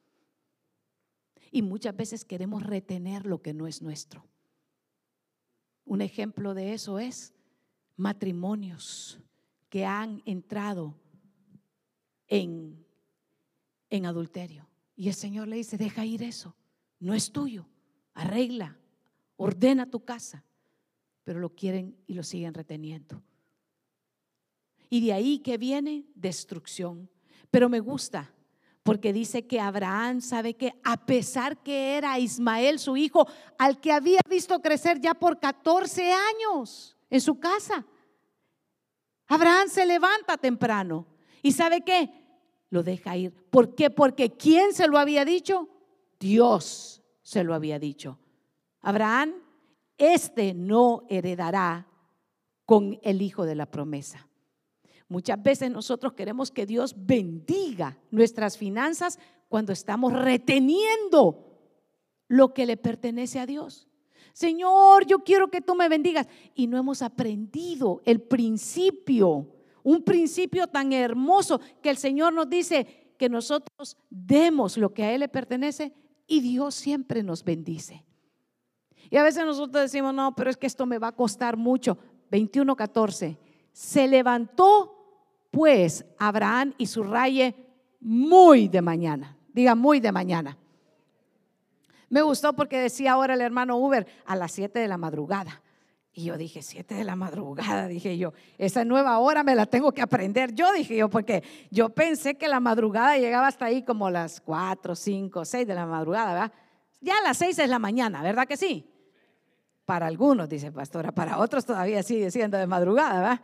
Y muchas veces queremos retener lo que no es nuestro. Un ejemplo de eso es matrimonios que han entrado en adulterio. Y el Señor le dice: deja ir eso, no es tuyo, arregla, ordena tu casa. Pero lo quieren y lo siguen reteniendo. Y de ahí que viene destrucción. Pero me gusta, porque dice que Abraham, sabe que a pesar que era Ismael su hijo, al que había visto crecer ya por 14 años en su casa, Abraham se levanta temprano y ¿sabe qué? Lo deja ir. ¿Por qué? Porque ¿quién se lo había dicho? Dios se lo había dicho. Abraham, no heredará con el hijo de la promesa. Muchas veces nosotros queremos que Dios bendiga nuestras finanzas cuando estamos reteniendo lo que le pertenece a Dios. Señor, yo quiero que tú me bendigas. Y no hemos aprendido el principio, un principio tan hermoso que el Señor nos dice que nosotros demos lo que a Él le pertenece y Dios siempre nos bendice. Y a veces nosotros decimos: no, pero es que esto me va a costar mucho. 21:14. Se levantó pues Abraham y su raye muy de mañana. Diga, muy de mañana. Me gustó porque decía ahora el hermano Uber a las 7 de la madrugada. Y yo dije, 7 de la madrugada, dije yo, esa nueva hora me la tengo que aprender yo, dije yo, porque yo pensé que la madrugada llegaba hasta ahí como las 4, 5, 6 de la madrugada, ¿verdad? Ya a las 6 es la mañana, ¿verdad que sí? Para algunos, dice pastora, para otros todavía sigue siendo de madrugada, ¿verdad?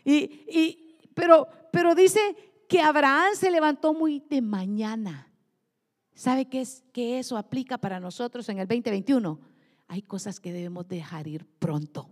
Pero dice que Abraham se levantó muy de mañana. ¿Sabe qué es que eso aplica para nosotros en el 2021? Hay cosas que debemos dejar ir pronto.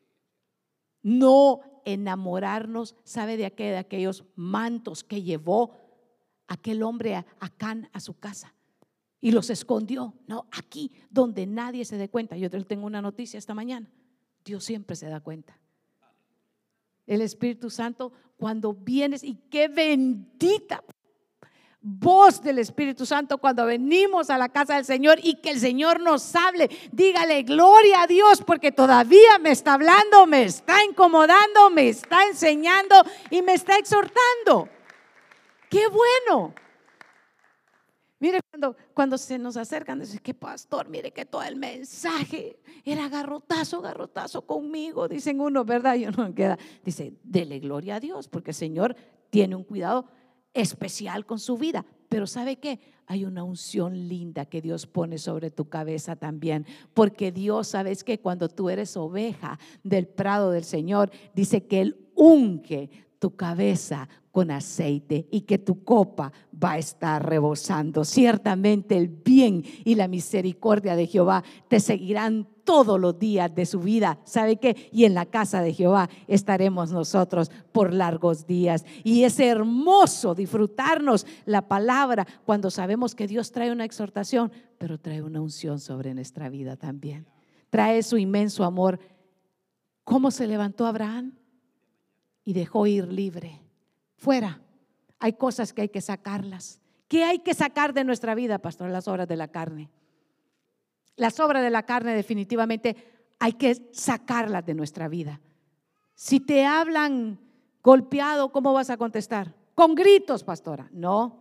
No enamorarnos, ¿sabe de aquellos mantos que llevó aquel hombre a Acán a su casa y los escondió? No, aquí donde nadie se dé cuenta. Yo tengo una noticia esta mañana: Dios siempre se da cuenta. El Espíritu Santo, cuando vienes, y qué bendita voz del Espíritu Santo cuando venimos a la casa del Señor y que el Señor nos hable. Dígale gloria a Dios, porque todavía me está hablando, me está incomodando, me está enseñando y me está exhortando. ¡Qué bueno! Mire, cuando se nos acercan, dicen que pastor, mire que todo el mensaje era garrotazo conmigo, dicen uno, ¿verdad? Y uno queda, dice, dele gloria a Dios, porque el Señor tiene un cuidado especial con su vida. Pero ¿sabe qué? Hay una unción linda que Dios pone sobre tu cabeza también, porque Dios, ¿sabes qué? Cuando tú eres oveja del prado del Señor, dice que Él unge tu cabeza con aceite y que tu copa va a estar rebosando. Ciertamente el bien y la misericordia de Jehová te seguirán todos los días de su vida. ¿Sabe qué? Y en la casa de Jehová estaremos nosotros por largos días. Y es hermoso disfrutarnos la palabra cuando sabemos que Dios trae una exhortación, pero trae una unción sobre nuestra vida también. Trae su inmenso amor. ¿Cómo se levantó Abraham? Y dejó ir libre. Fuera. Hay cosas que hay que sacarlas. ¿Qué hay que sacar de nuestra vida, pastor? Las obras de la carne. Las obras de la carne definitivamente hay que sacarlas de nuestra vida. Si te hablan golpeado, ¿cómo vas a contestar? Con gritos, pastora. No.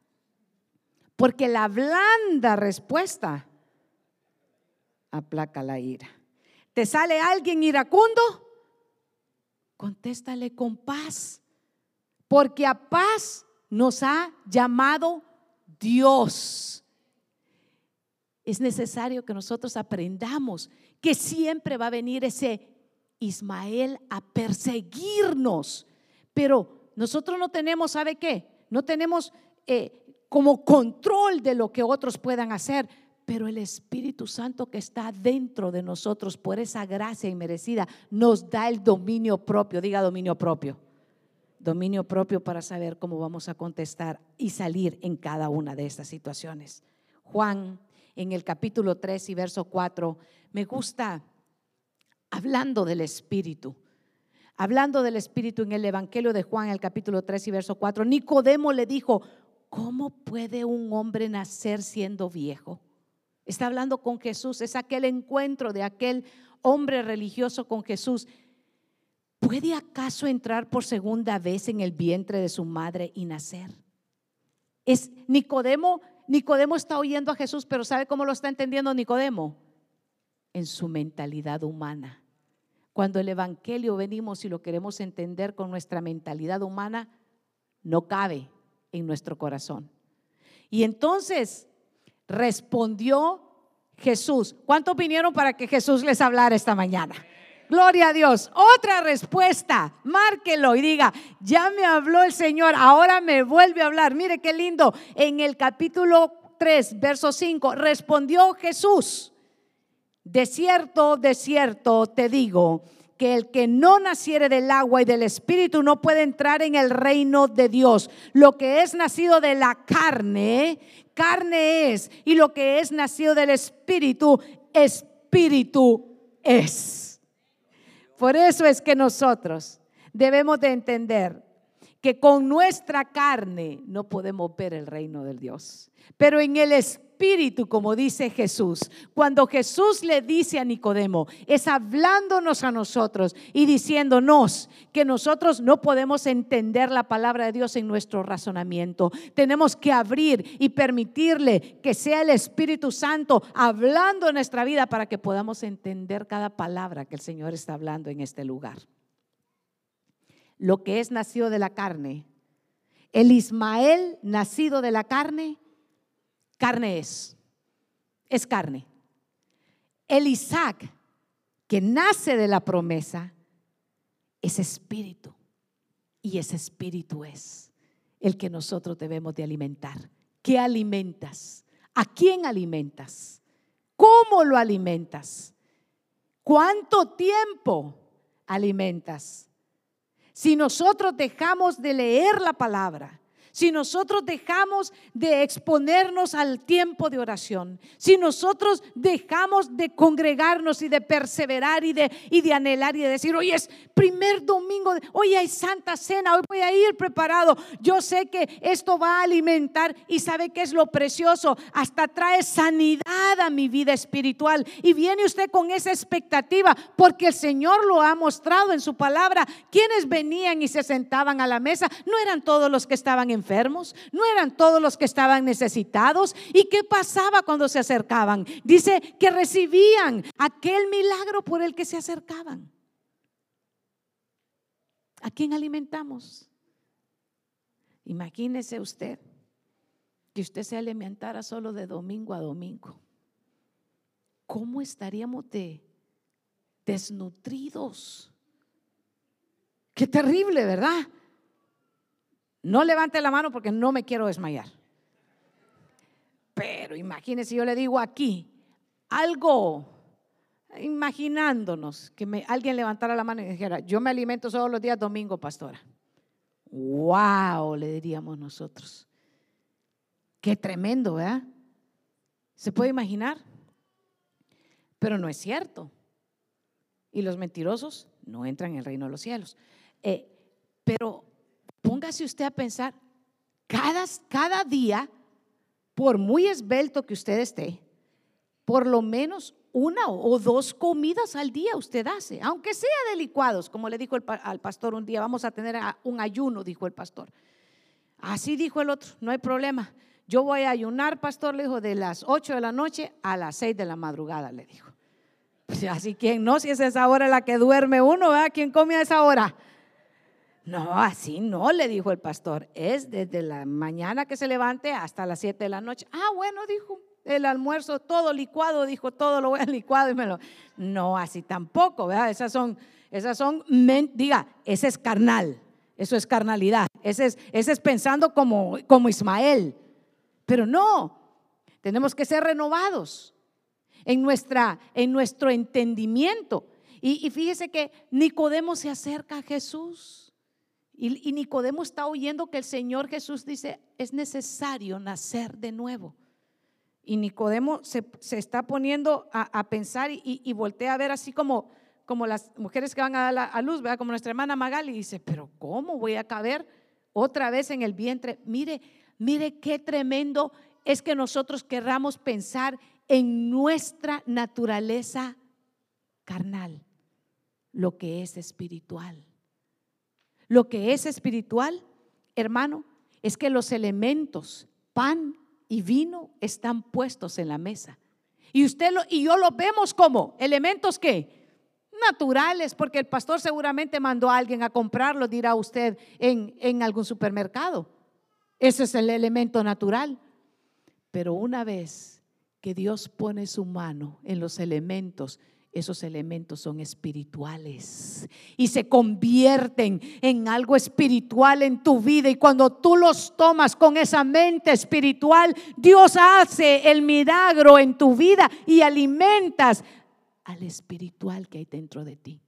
Porque la blanda respuesta aplaca la ira. ¿Te sale alguien iracundo? Contéstale con paz. Porque a paz nos ha llamado Dios. Es necesario que nosotros aprendamos que siempre va a venir ese Ismael a perseguirnos. Pero nosotros no tenemos, ¿sabe qué? No tenemos como control de lo que otros puedan hacer. Pero el Espíritu Santo que está dentro de nosotros por esa gracia inmerecida nos da el dominio propio. Diga dominio propio. Dominio propio para saber cómo vamos a contestar y salir en cada una de estas situaciones. Juan, en el capítulo 3 y verso 4, me gusta hablando del Espíritu. Hablando del Espíritu en el Evangelio de Juan, el capítulo 3 y verso 4, Nicodemo le dijo: ¿cómo puede un hombre nacer siendo viejo? Está hablando con Jesús, es aquel encuentro de aquel hombre religioso con Jesús. ¿Puede acaso entrar por segunda vez en el vientre de su madre y nacer? Es Nicodemo está oyendo a Jesús, pero ¿sabe cómo lo está entendiendo Nicodemo? En su mentalidad humana. Cuando el Evangelio venimos y lo queremos entender con nuestra mentalidad humana, no cabe en nuestro corazón. Y entonces respondió Jesús. ¿Cuántos vinieron para que Jesús les hablara esta mañana? Gloria a Dios. Otra respuesta, márquelo y diga: ya me habló el Señor, ahora me vuelve a hablar. Mire qué lindo. En el capítulo 3, verso 5, respondió Jesús: de cierto te digo, que el que no naciere del agua y del Espíritu no puede entrar en el reino de Dios. Lo que es nacido de la carne, carne es, y lo que es nacido del Espíritu, Espíritu es. Por eso es que nosotros debemos de entender que con nuestra carne no podemos ver el reino de Dios, pero en el Espíritu, como dice Jesús, cuando Jesús le dice a Nicodemo, es hablándonos a nosotros y diciéndonos que nosotros no podemos entender la palabra de Dios en nuestro razonamiento. Tenemos que abrir y permitirle que sea el Espíritu Santo hablando en nuestra vida para que podamos entender cada palabra que el Señor está hablando en este lugar. Lo que es nacido de la carne, el Ismael nacido de la carne, carne es carne. El Isaac que nace de la promesa es espíritu, y ese espíritu es el que nosotros debemos de alimentar. ¿Qué alimentas? ¿A quién alimentas? ¿Cómo lo alimentas? ¿Cuánto tiempo alimentas? Si nosotros dejamos de leer la palabra, si nosotros dejamos de exponernos al tiempo de oración, si nosotros dejamos de congregarnos y de perseverar y de anhelar y de decir: hoy es primer domingo, hoy hay Santa Cena, hoy voy a ir preparado, yo sé que esto va a alimentar, y sabe que es lo precioso, hasta trae sanidad a mi vida espiritual, y viene usted con esa expectativa porque el Señor lo ha mostrado en su palabra. Quienes venían y se sentaban a la mesa no eran todos los que estaban enfermos, no eran todos los que estaban necesitados. ¿Y qué pasaba cuando se acercaban? Dice que recibían aquel milagro por el que se acercaban. ¿A quién alimentamos? Imagínese usted que usted se alimentara solo de domingo a domingo. ¿Cómo estaríamos desnutridos? Qué terrible, ¿verdad? No levante la mano porque no me quiero desmayar. Pero imagínese, yo le digo aquí algo, imaginándonos que alguien levantara la mano y dijera: yo me alimento todos los días domingo, pastora. Wow, le diríamos nosotros. Qué tremendo, ¿verdad? ¿Se puede imaginar? Pero no es cierto. Y los mentirosos no entran en el reino de los cielos. Pero póngase usted a pensar, cada día, por muy esbelto que usted esté, por lo menos 1 o 2 comidas al día usted hace, aunque sea de licuados, como le dijo al pastor un día: vamos a tener un ayuno, dijo el pastor. Así dijo el otro: no hay problema, yo voy a ayunar, pastor, le dijo, de las 8 de la noche a las 6 de la madrugada, le dijo. Pues así, ¿quién no? Si es esa hora la que duerme uno, ¿verdad? ¿Quién come a esa hora? No, así no, le dijo el pastor, es desde la mañana que se levante hasta las 7 de la noche. Bueno, dijo, el almuerzo todo licuado, dijo, todo lo voy a licuado y no, así tampoco, ¿verdad? Esas son, diga, ese es carnal, eso es carnalidad, ese es pensando como Ismael. Pero no, tenemos que ser renovados en nuestro entendimiento. Y fíjese que Nicodemo se acerca a Jesús. Y Nicodemo está oyendo que el Señor Jesús dice: es necesario nacer de nuevo. Y Nicodemo se está poniendo a pensar y voltea a ver así como las mujeres que van a dar a luz, ¿verdad? Como nuestra hermana Magali, y dice: pero ¿cómo voy a caber otra vez en el vientre? Mire qué tremendo es que nosotros querramos pensar en nuestra naturaleza carnal, lo que es espiritual. Lo que es espiritual, hermano, es que los elementos, pan y vino, están puestos en la mesa. Y usted y yo lo vemos como elementos que naturales, porque el pastor seguramente mandó a alguien a comprarlo, dirá usted, en algún supermercado. Ese es el elemento natural. Pero una vez que Dios pone su mano en los elementos, esos elementos son espirituales y se convierten en algo espiritual en tu vida. Y cuando tú los tomas con esa mente espiritual, Dios hace el milagro en tu vida y alimentas al espiritual que hay dentro de ti.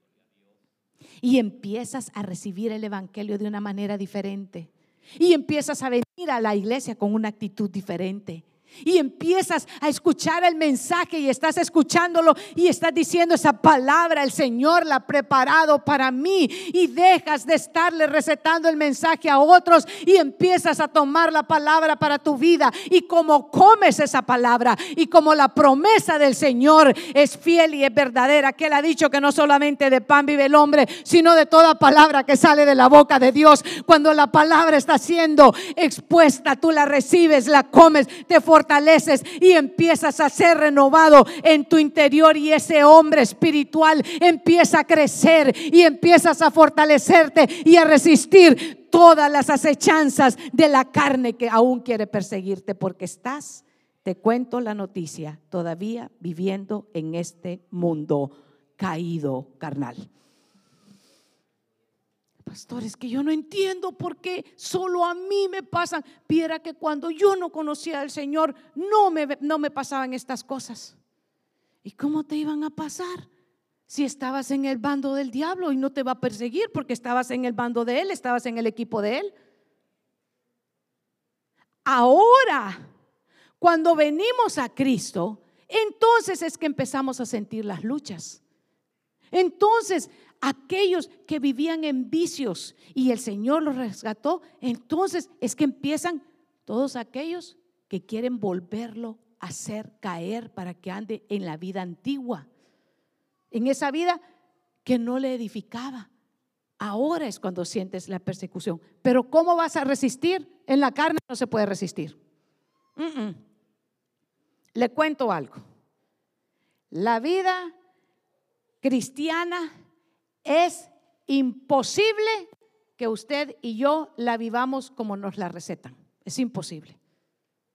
Y empiezas a recibir el evangelio de una manera diferente. Y empiezas a venir a la iglesia con una actitud diferente. Y empiezas a escuchar el mensaje y estás escuchándolo y estás diciendo: esa palabra el Señor la ha preparado para mí. Y dejas de estarle recetando el mensaje a otros y empiezas a tomar la palabra para tu vida. Y como comes esa palabra y como la promesa del Señor es fiel y es verdadera, que Él ha dicho que no solamente de pan vive el hombre, sino de toda palabra que sale de la boca de Dios. Cuando la palabra está siendo expuesta, tú la recibes, la comes, te fortaleces y empiezas a ser renovado en tu interior, y ese hombre espiritual empieza a crecer y empiezas a fortalecerte y a resistir todas las acechanzas de la carne que aún quiere perseguirte, porque estás, te cuento la noticia, todavía viviendo en este mundo caído carnal. Pastor, es que yo no entiendo por qué solo a mí me pasan. Viera que cuando yo no conocía al Señor no me pasaban estas cosas. ¿Y cómo te iban a pasar? Si estabas en el bando del diablo y no te va a perseguir porque estabas en el bando de él, estabas en el equipo de él. Ahora, cuando venimos a Cristo, entonces es que empezamos a sentir las luchas. Entonces, aquellos que vivían en vicios y el Señor los rescató, entonces es que empiezan todos aquellos que quieren volverlo a hacer caer para que ande en la vida antigua, en esa vida que no le edificaba. Ahora es cuando sientes la persecución. Pero ¿cómo vas a resistir? En la carne no se puede resistir. Le cuento algo. La vida cristiana es imposible que usted y yo la vivamos como nos la recetan. Es imposible.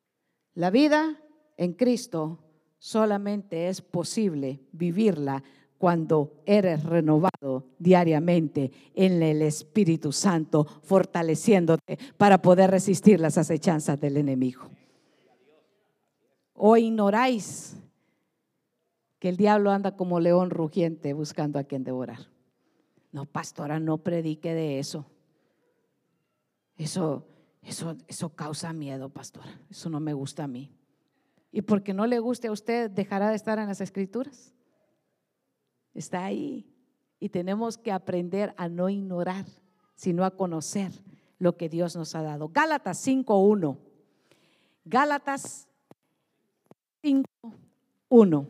La vida en Cristo solamente es posible vivirla cuando eres renovado diariamente en el Espíritu Santo, fortaleciéndote para poder resistir las acechanzas del enemigo. ¿O ignoráis que el diablo anda como león rugiente buscando a quien devorar? No, pastora, no predique de eso. Eso causa miedo, pastora. Eso no me gusta a mí. Y porque no le guste a usted, dejará de estar en las Escrituras. Está ahí. Y tenemos que aprender a no ignorar, sino a conocer lo que Dios nos ha dado. Gálatas 5:1. Gálatas 5:1.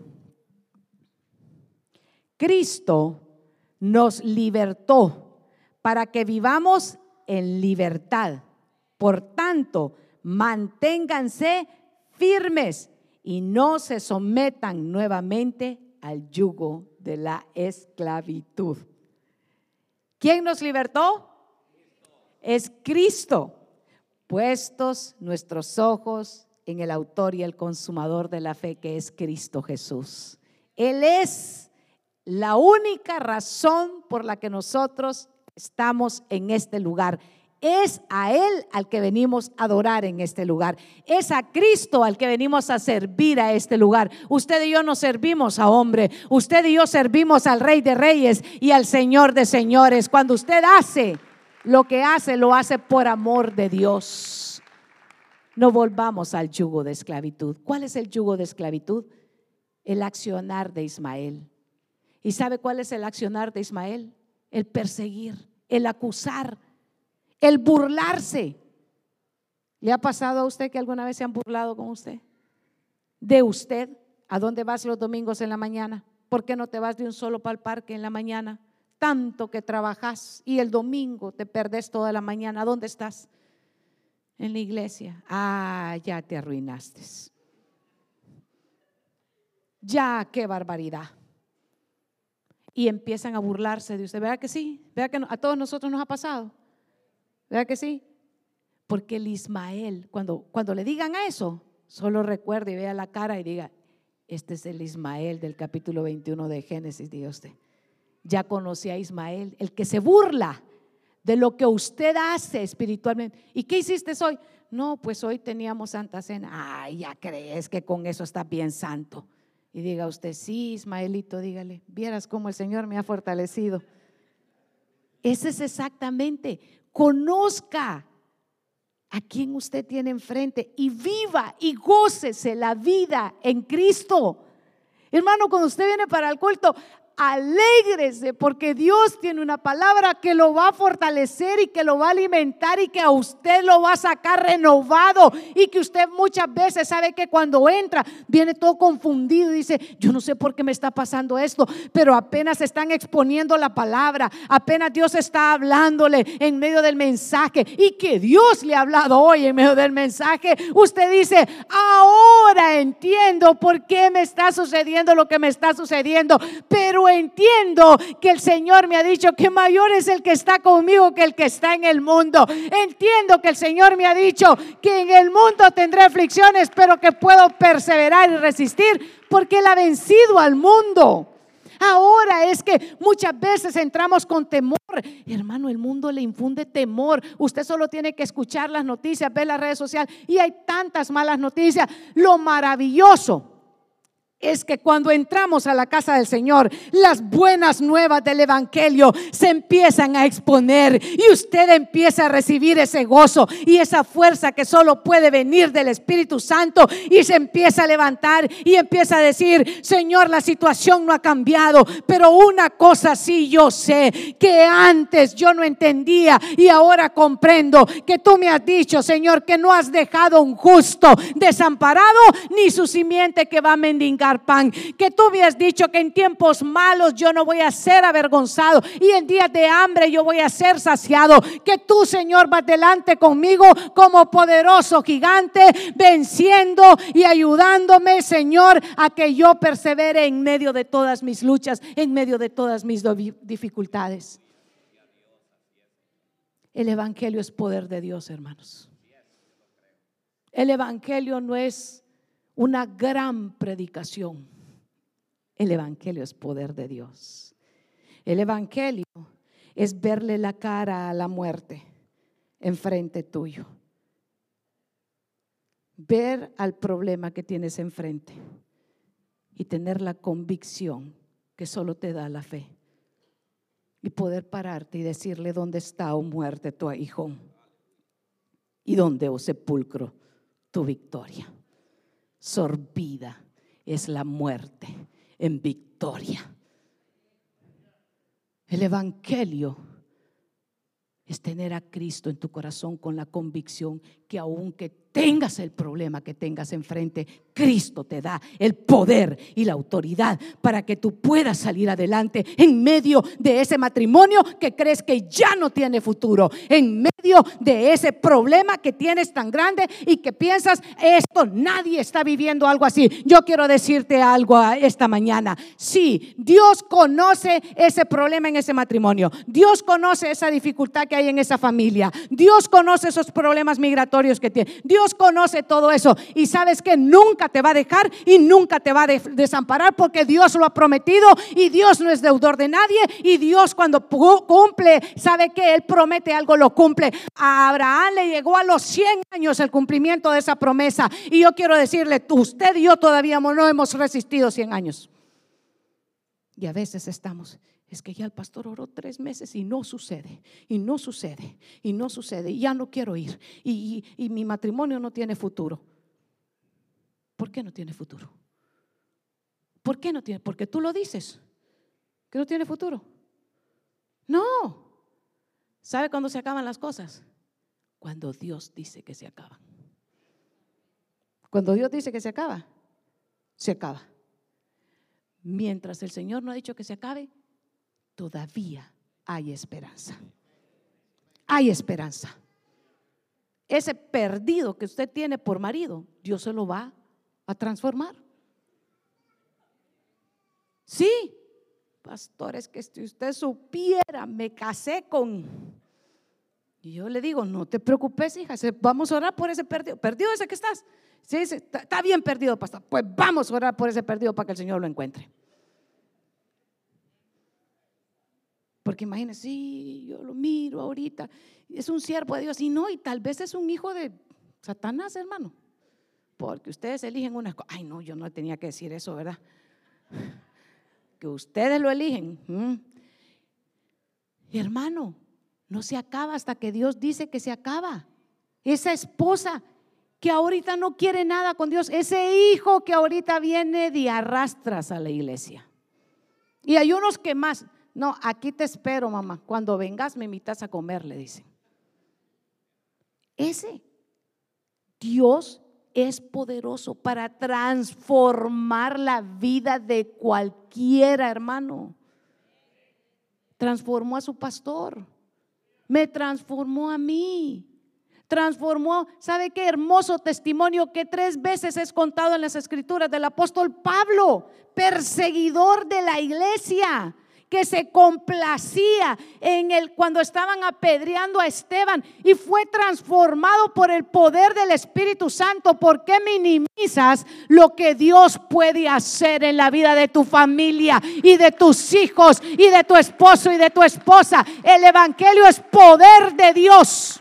Cristo nos libertó para que vivamos en libertad. Por tanto, manténganse firmes y no se sometan nuevamente al yugo de la esclavitud. ¿Quién nos libertó? Es Cristo. Puestos nuestros ojos en el autor y el consumador de la fe, que es Cristo Jesús. Él es la única razón por la que nosotros estamos en este lugar. Es a Él al que venimos a adorar en este lugar. Es a Cristo al que venimos a servir a este lugar. Usted y yo no servimos a hombre. Usted y yo servimos al Rey de Reyes y al Señor de Señores. Cuando usted hace lo que hace, lo hace por amor de Dios. No volvamos al yugo de esclavitud. ¿Cuál es el yugo de esclavitud? El accionar de Ismael. ¿Y sabe cuál es el accionar de Ismael? El perseguir, el acusar, el burlarse. ¿Le ha pasado a usted que alguna vez se han burlado con usted? De usted. ¿A dónde vas los domingos en la mañana? ¿Por qué no te vas de un solo para el parque en la mañana? Tanto que trabajas y el domingo te perdés toda la mañana. ¿Dónde estás? En la iglesia. Ah, ya te arruinaste. Ya, qué barbaridad. Y empiezan a burlarse de usted. ¿Verdad que sí? ¿Verdad que a todos nosotros nos ha pasado? ¿Verdad que sí? Porque el Ismael, cuando le digan eso, solo recuerde y vea la cara y diga: este es el Ismael del capítulo 21 de Génesis, diga usted. Ya conocí a Ismael, el que se burla de lo que usted hace espiritualmente. ¿Y qué hiciste hoy? No, pues hoy teníamos Santa Cena. Ay, ya crees que con eso estás bien santo. Y diga usted: sí, Ismaelito, dígale, vieras cómo el Señor me ha fortalecido. Ese es exactamente. Conozca a quien usted tiene enfrente y viva y gócese la vida en Cristo. Hermano, cuando usted viene para el culto, alégrese, porque Dios tiene una palabra que lo va a fortalecer y que lo va a alimentar y que a usted lo va a sacar renovado, y que usted muchas veces sabe que cuando entra viene todo confundido y dice: yo no sé por qué me está pasando esto, pero apenas están exponiendo la palabra, apenas Dios está hablándole en medio del mensaje, y que Dios le ha hablado hoy en medio del mensaje, usted dice: ahora entiendo por qué me está sucediendo lo que me está sucediendo, pero entiendo que el Señor me ha dicho que mayor es el que está conmigo que el que está en el mundo. Entiendo que el Señor me ha dicho que en el mundo tendré aflicciones, pero que puedo perseverar y resistir porque Él ha vencido al mundo. Ahora es que muchas veces entramos con temor. Hermano, el mundo le infunde temor. Usted solo tiene que escuchar las noticias, ver las redes sociales, y hay tantas malas noticias. Lo maravilloso es que cuando entramos a la casa del Señor, las buenas nuevas del Evangelio se empiezan a exponer y usted empieza a recibir ese gozo y esa fuerza que solo puede venir del Espíritu Santo, y se empieza a levantar y empieza a decir: Señor, la situación no ha cambiado, pero una cosa sí yo sé, que antes yo no entendía y ahora comprendo, que tú me has dicho, Señor, que no has dejado un justo desamparado, ni su simiente que va a mendigar pan, que tú me has dicho que en tiempos malos yo no voy a ser avergonzado y en días de hambre yo voy a ser saciado, que tú, Señor, vas delante conmigo como poderoso gigante, venciendo y ayudándome, Señor, a que yo persevere en medio de todas mis luchas, en medio de todas mis dificultades. El Evangelio es poder de Dios, hermanos. El Evangelio no es una gran predicación. El evangelio es poder de Dios. El evangelio es verle la cara a la muerte enfrente tuyo. Ver al problema que tienes enfrente y tener la convicción que solo te da la fe. Y poder pararte y decirle: ¿dónde está, oh muerte, tu aguijón? ¿Y dónde, oh sepulcro, tu victoria? Sorbida es la muerte en victoria. El evangelio es tener a Cristo en tu corazón con la convicción que aunque tengas el problema que tengas enfrente, Cristo te da el poder y la autoridad para que tú puedas salir adelante en medio de ese matrimonio que crees que ya no tiene futuro, en medio de ese problema que tienes tan grande y que piensas: esto, nadie está viviendo algo así. Yo quiero decirte algo esta mañana. Sí, Dios conoce ese problema en ese matrimonio. Dios conoce esa dificultad que hay en esa familia. Dios conoce esos problemas migratorios que tiene. Dios conoce todo eso, y sabes que nunca te va a dejar y nunca te va a desamparar, porque Dios lo ha prometido y Dios no es deudor de nadie. Y Dios, cuando cumple, sabe que Él promete algo, lo cumple. A Abraham le llegó a los 100 años el cumplimiento de esa promesa, y yo quiero decirle: usted y yo todavía no hemos resistido 100 años. Y a veces estamos: es que ya el pastor oró 3 meses y no sucede, y no sucede, y no sucede, y ya no quiero ir, y mi matrimonio no tiene futuro. ¿Por qué no tiene futuro? ¿Por qué no tiene? Porque tú lo dices que no tiene futuro. No. ¿Sabe cuándo se acaban las cosas? Cuando Dios dice que se acaban. Cuando Dios dice que se acaba, se acaba. Mientras el Señor no ha dicho que se acabe, todavía hay esperanza. Hay esperanza. Ese perdido que usted tiene por marido, Dios se lo va a transformar. Sí, pastores, que si usted supiera, me casé con... Y yo le digo: no te preocupes, hija, vamos a orar por ese perdido. ¿Perdido ese que estás? Sí, está bien perdido, pastor. Pues vamos a orar por ese perdido para que el Señor lo encuentre. Porque imagínese: sí, yo lo miro ahorita, es un siervo de Dios, y no, y tal vez es un hijo de Satanás, hermano, porque ustedes eligen unas cosas. Ay, no, yo no tenía que decir eso, ¿verdad? Que ustedes lo eligen. Y hermano, no se acaba hasta que Dios dice que se acaba. Esa esposa que ahorita no quiere nada con Dios, ese hijo que ahorita viene de arrastras a la iglesia. Y hay unos que más: no, aquí te espero, mamá, cuando vengas me invitas a comer, le dicen. Ese Dios es poderoso para transformar la vida de cualquiera, hermano. Transformó a su pastor, me transformó a mí, transformó. ¿Sabe qué hermoso testimonio que 3 veces es contado en las escrituras del apóstol Pablo, perseguidor de la iglesia, que se complacía cuando estaban apedreando a Esteban, y fue transformado por el poder del Espíritu Santo? ¿Por qué minimizas lo que Dios puede hacer en la vida de tu familia y de tus hijos y de tu esposo y de tu esposa? El evangelio es poder de Dios.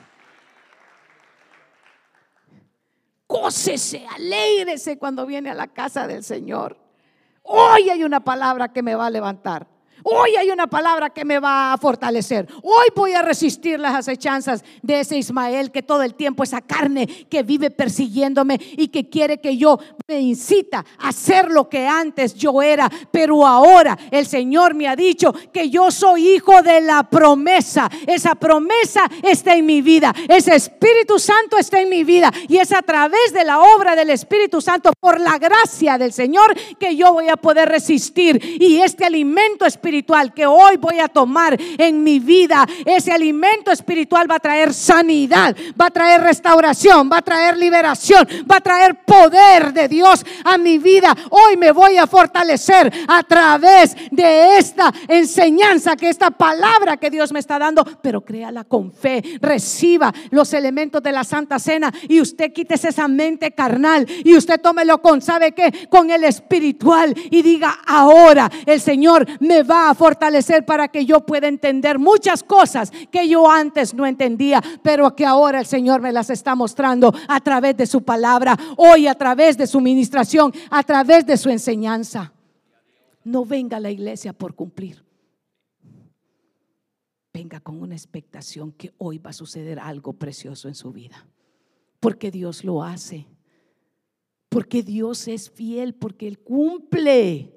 Gócese, alégrese cuando viene a la casa del Señor. Hoy hay una palabra que me va a levantar. Hoy hay una palabra que me va a fortalecer. Hoy voy a resistir las acechanzas de ese Ismael, que todo el tiempo, esa carne que vive persiguiéndome y que quiere que yo me incita a hacer lo que antes yo era. Pero ahora el Señor me ha dicho que yo soy hijo de la promesa. Esa promesa está en mi vida. Ese Espíritu Santo está en mi vida. Y es a través de la obra del Espíritu Santo, por la gracia del Señor, que yo voy a poder resistir. Y este alimento espiritual espiritual que hoy voy a tomar en mi vida, ese alimento espiritual va a traer sanidad, va a traer restauración, va a traer liberación, va a traer poder de Dios a mi vida. Hoy me voy a fortalecer a través de esta enseñanza, que esta palabra que Dios me está dando, pero créala con fe, reciba los elementos de la Santa Cena y usted quítese esa mente carnal y usted tómelo con, ¿sabe qué? Con el espiritual y diga: ahora el Señor me va a fortalecer para que yo pueda entender muchas cosas que yo antes no entendía, pero que ahora el Señor me las está mostrando a través de su palabra, hoy a través de su ministración, a través de su enseñanza. No venga a la iglesia por cumplir. Venga con una expectación que hoy va a suceder algo precioso en su vida, porque Dios lo hace, porque Dios es fiel, porque Él cumple.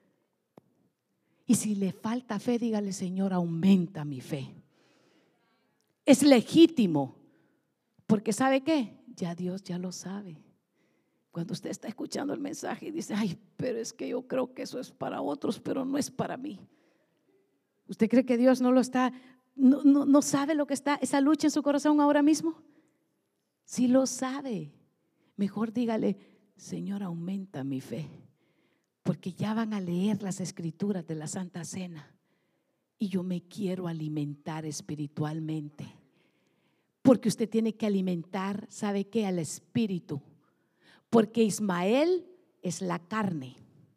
Y si le falta fe, dígale: Señor, aumenta mi fe. Es legítimo, porque ¿sabe qué? Ya Dios ya lo sabe. Cuando usted está escuchando el mensaje y dice: ay, pero es que yo creo que eso es para otros, pero no es para mí. ¿Usted cree que Dios no lo está, no sabe lo que está, esa lucha en su corazón ahora mismo? Sí lo sabe. Mejor dígale: Señor, aumenta mi fe, porque ya van a leer las escrituras de la Santa Cena y yo me quiero alimentar espiritualmente, porque usted tiene que alimentar, ¿sabe qué? Al espíritu, porque Ismael es la carne,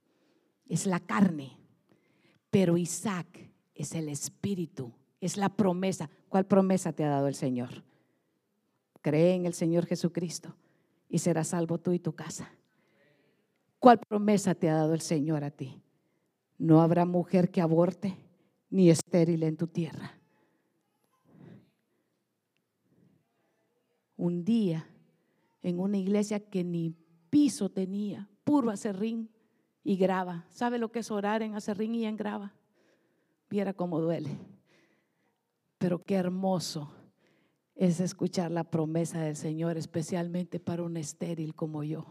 pero Isaac es el espíritu, es la promesa. ¿Cuál promesa te ha dado el Señor? Cree en el Señor Jesucristo y serás salvo tú y tu casa. ¿Cuál promesa te ha dado el Señor a ti? No habrá mujer que aborte ni estéril en tu tierra. Un día en una iglesia que ni piso tenía, puro acerrín y grava. ¿Sabe lo que es orar en acerrín y en grava? Viera cómo duele. Pero qué hermoso es escuchar la promesa del Señor, especialmente para un estéril como yo,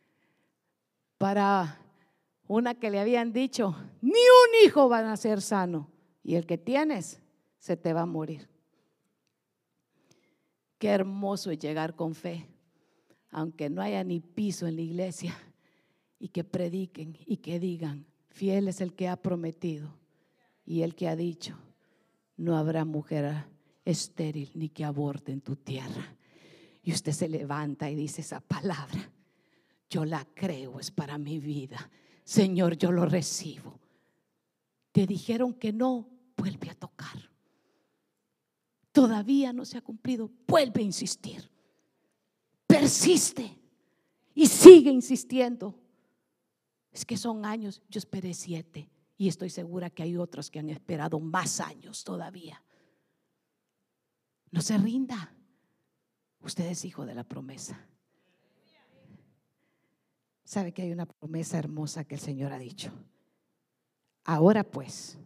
para una que le habían dicho: ni un hijo va a nacer sano, y el que tienes se te va a morir. Qué hermoso es llegar con fe, aunque no haya ni piso en la iglesia, y que prediquen y que digan: fiel es el que ha prometido y el que ha dicho: no habrá mujer estéril ni que aborte en tu tierra. Y usted se levanta y dice: esa palabra yo la creo, es para mi vida. Señor, yo lo recibo. Te dijeron que no, vuelve a tocar. Todavía no se ha cumplido, vuelve a insistir. Persiste y sigue insistiendo. Es que son años, yo esperé 7 y estoy segura que hay otros que han esperado más años todavía. No se rinda. Usted es hijo de la promesa. Sabe que hay una promesa hermosa que el Señor ha dicho: ahora pues,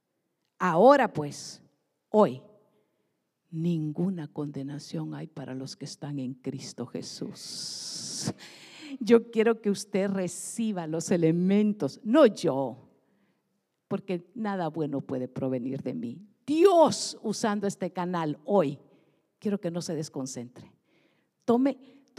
hoy, ninguna condenación hay para los que están en Cristo Jesús. Yo quiero que usted reciba los elementos, no yo, porque nada bueno puede provenir de mí. Dios usando este canal hoy, quiero que no se desconcentre. Tome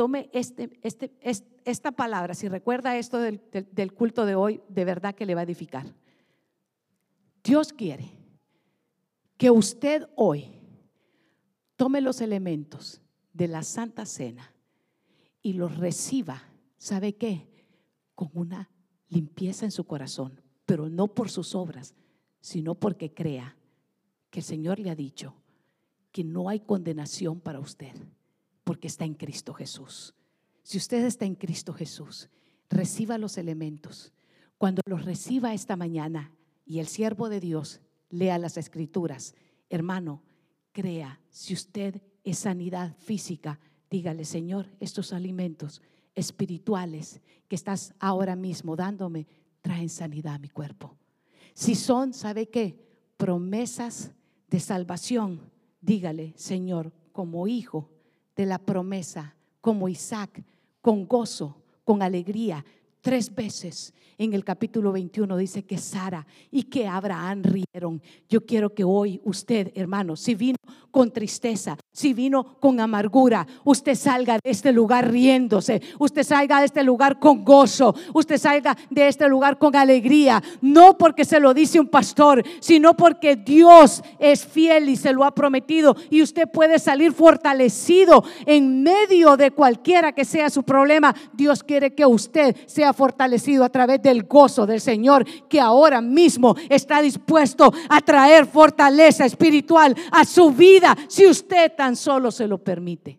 esta palabra. Si recuerda esto del culto de hoy, de verdad que le va a edificar. Dios quiere que usted hoy tome los elementos de la Santa Cena y los reciba. ¿Sabe qué? Con una limpieza en su corazón, pero no por sus obras, sino porque crea que el Señor le ha dicho que no hay condenación para usted, porque está en Cristo Jesús. Si usted está en Cristo Jesús, reciba los elementos. Cuando los reciba esta mañana y el siervo de Dios lea las escrituras, hermano, crea. Si usted es sanidad física, dígale: Señor, estos alimentos espirituales que estás ahora mismo dándome traen sanidad a mi cuerpo. Si son, ¿sabe qué? Promesas de salvación, dígale: Señor, como hijo de la promesa, como Isaac, con gozo, con alegría, 3 veces en el capítulo 21 dice que Sara y que Abraham rieron. Yo quiero que hoy usted, hermano, si vino con tristeza, si vino con amargura, usted salga de este lugar riéndose, usted salga de este lugar con gozo, usted salga de este lugar con alegría, no porque se lo dice un pastor, sino porque Dios es fiel y se lo ha prometido, y usted puede salir fortalecido en medio de cualquiera que sea su problema. Dios quiere que usted sea fortalecido a través del gozo del Señor, que ahora mismo está dispuesto a traer fortaleza espiritual a su vida, si usted tan solo se lo permite.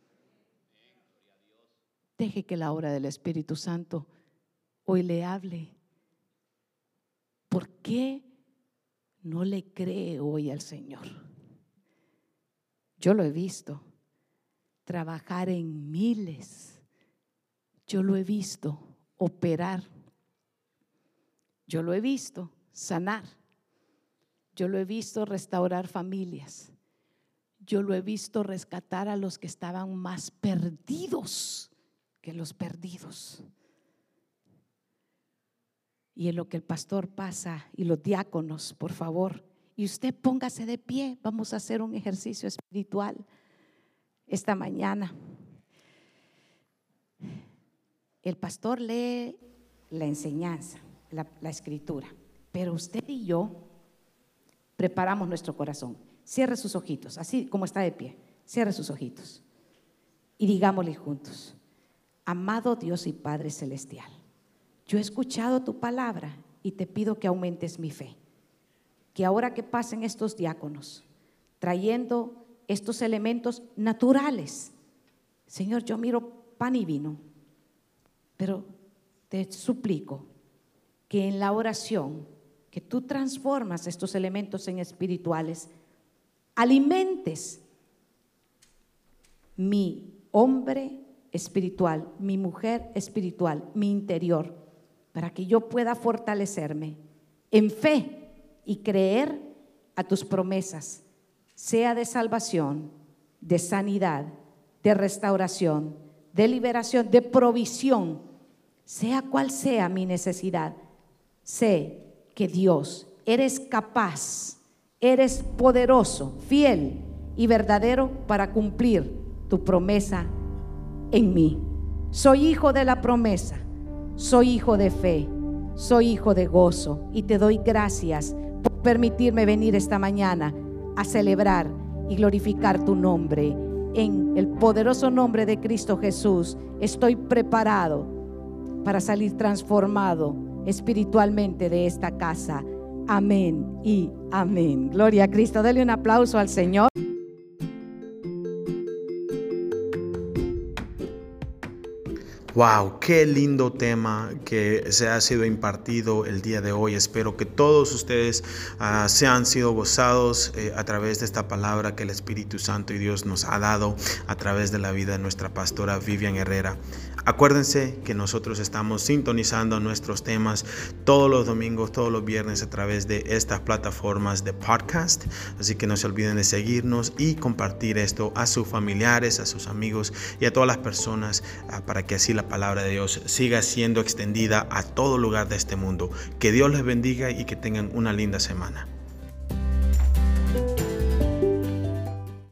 Deje que la obra del Espíritu Santo hoy le hable. ¿Por qué no le cree hoy al Señor? Yo lo he visto trabajar en miles. Yo lo he visto operar. Yo lo he visto sanar. Yo lo he visto restaurar familias. Yo lo he visto rescatar a los que estaban más perdidos que los perdidos. Y en lo que el pastor pasa y los diáconos, por favor, y usted póngase de pie, vamos a hacer un ejercicio espiritual esta mañana. El pastor lee la enseñanza, la escritura, pero usted y yo preparamos nuestro corazón. Cierre sus ojitos, así como está de pie, cierre sus ojitos y digámosle juntos: amado Dios y Padre Celestial, yo he escuchado tu palabra y te pido que aumentes mi fe, que ahora que pasen estos diáconos trayendo estos elementos naturales, Señor, yo miro pan y vino, pero te suplico que en la oración, que tú transformas estos elementos en espirituales, alimentes mi hombre espiritual, mi mujer espiritual, mi interior, para que yo pueda fortalecerme en fe y creer a tus promesas, sea de salvación, de sanidad, de restauración, de liberación, de provisión, sea cual sea mi necesidad. Sé que Dios, eres capaz, eres poderoso, fiel y verdadero para cumplir tu promesa en mí. Soy hijo de la promesa, soy hijo de fe, soy hijo de gozo, y te doy gracias por permitirme venir esta mañana a celebrar y glorificar tu nombre. En el poderoso nombre de Cristo Jesús, estoy preparado para salir transformado espiritualmente de esta casa. Amén y amén. Gloria a Cristo. Dele un aplauso al Señor. Wow, qué lindo tema que se ha sido impartido el día de hoy. Espero que todos ustedes se han sido gozados a través de esta palabra que el Espíritu Santo y Dios nos ha dado a través de la vida de nuestra pastora Vivian Herrera. Acuérdense que nosotros estamos sintonizando nuestros temas todos los domingos, todos los viernes a través de estas plataformas de podcast. Así que no se olviden de seguirnos y compartir esto a sus familiares, a sus amigos y a todas las personas para que así la palabra de Dios siga siendo extendida a todo lugar de este mundo. Que Dios les bendiga y que tengan una linda semana.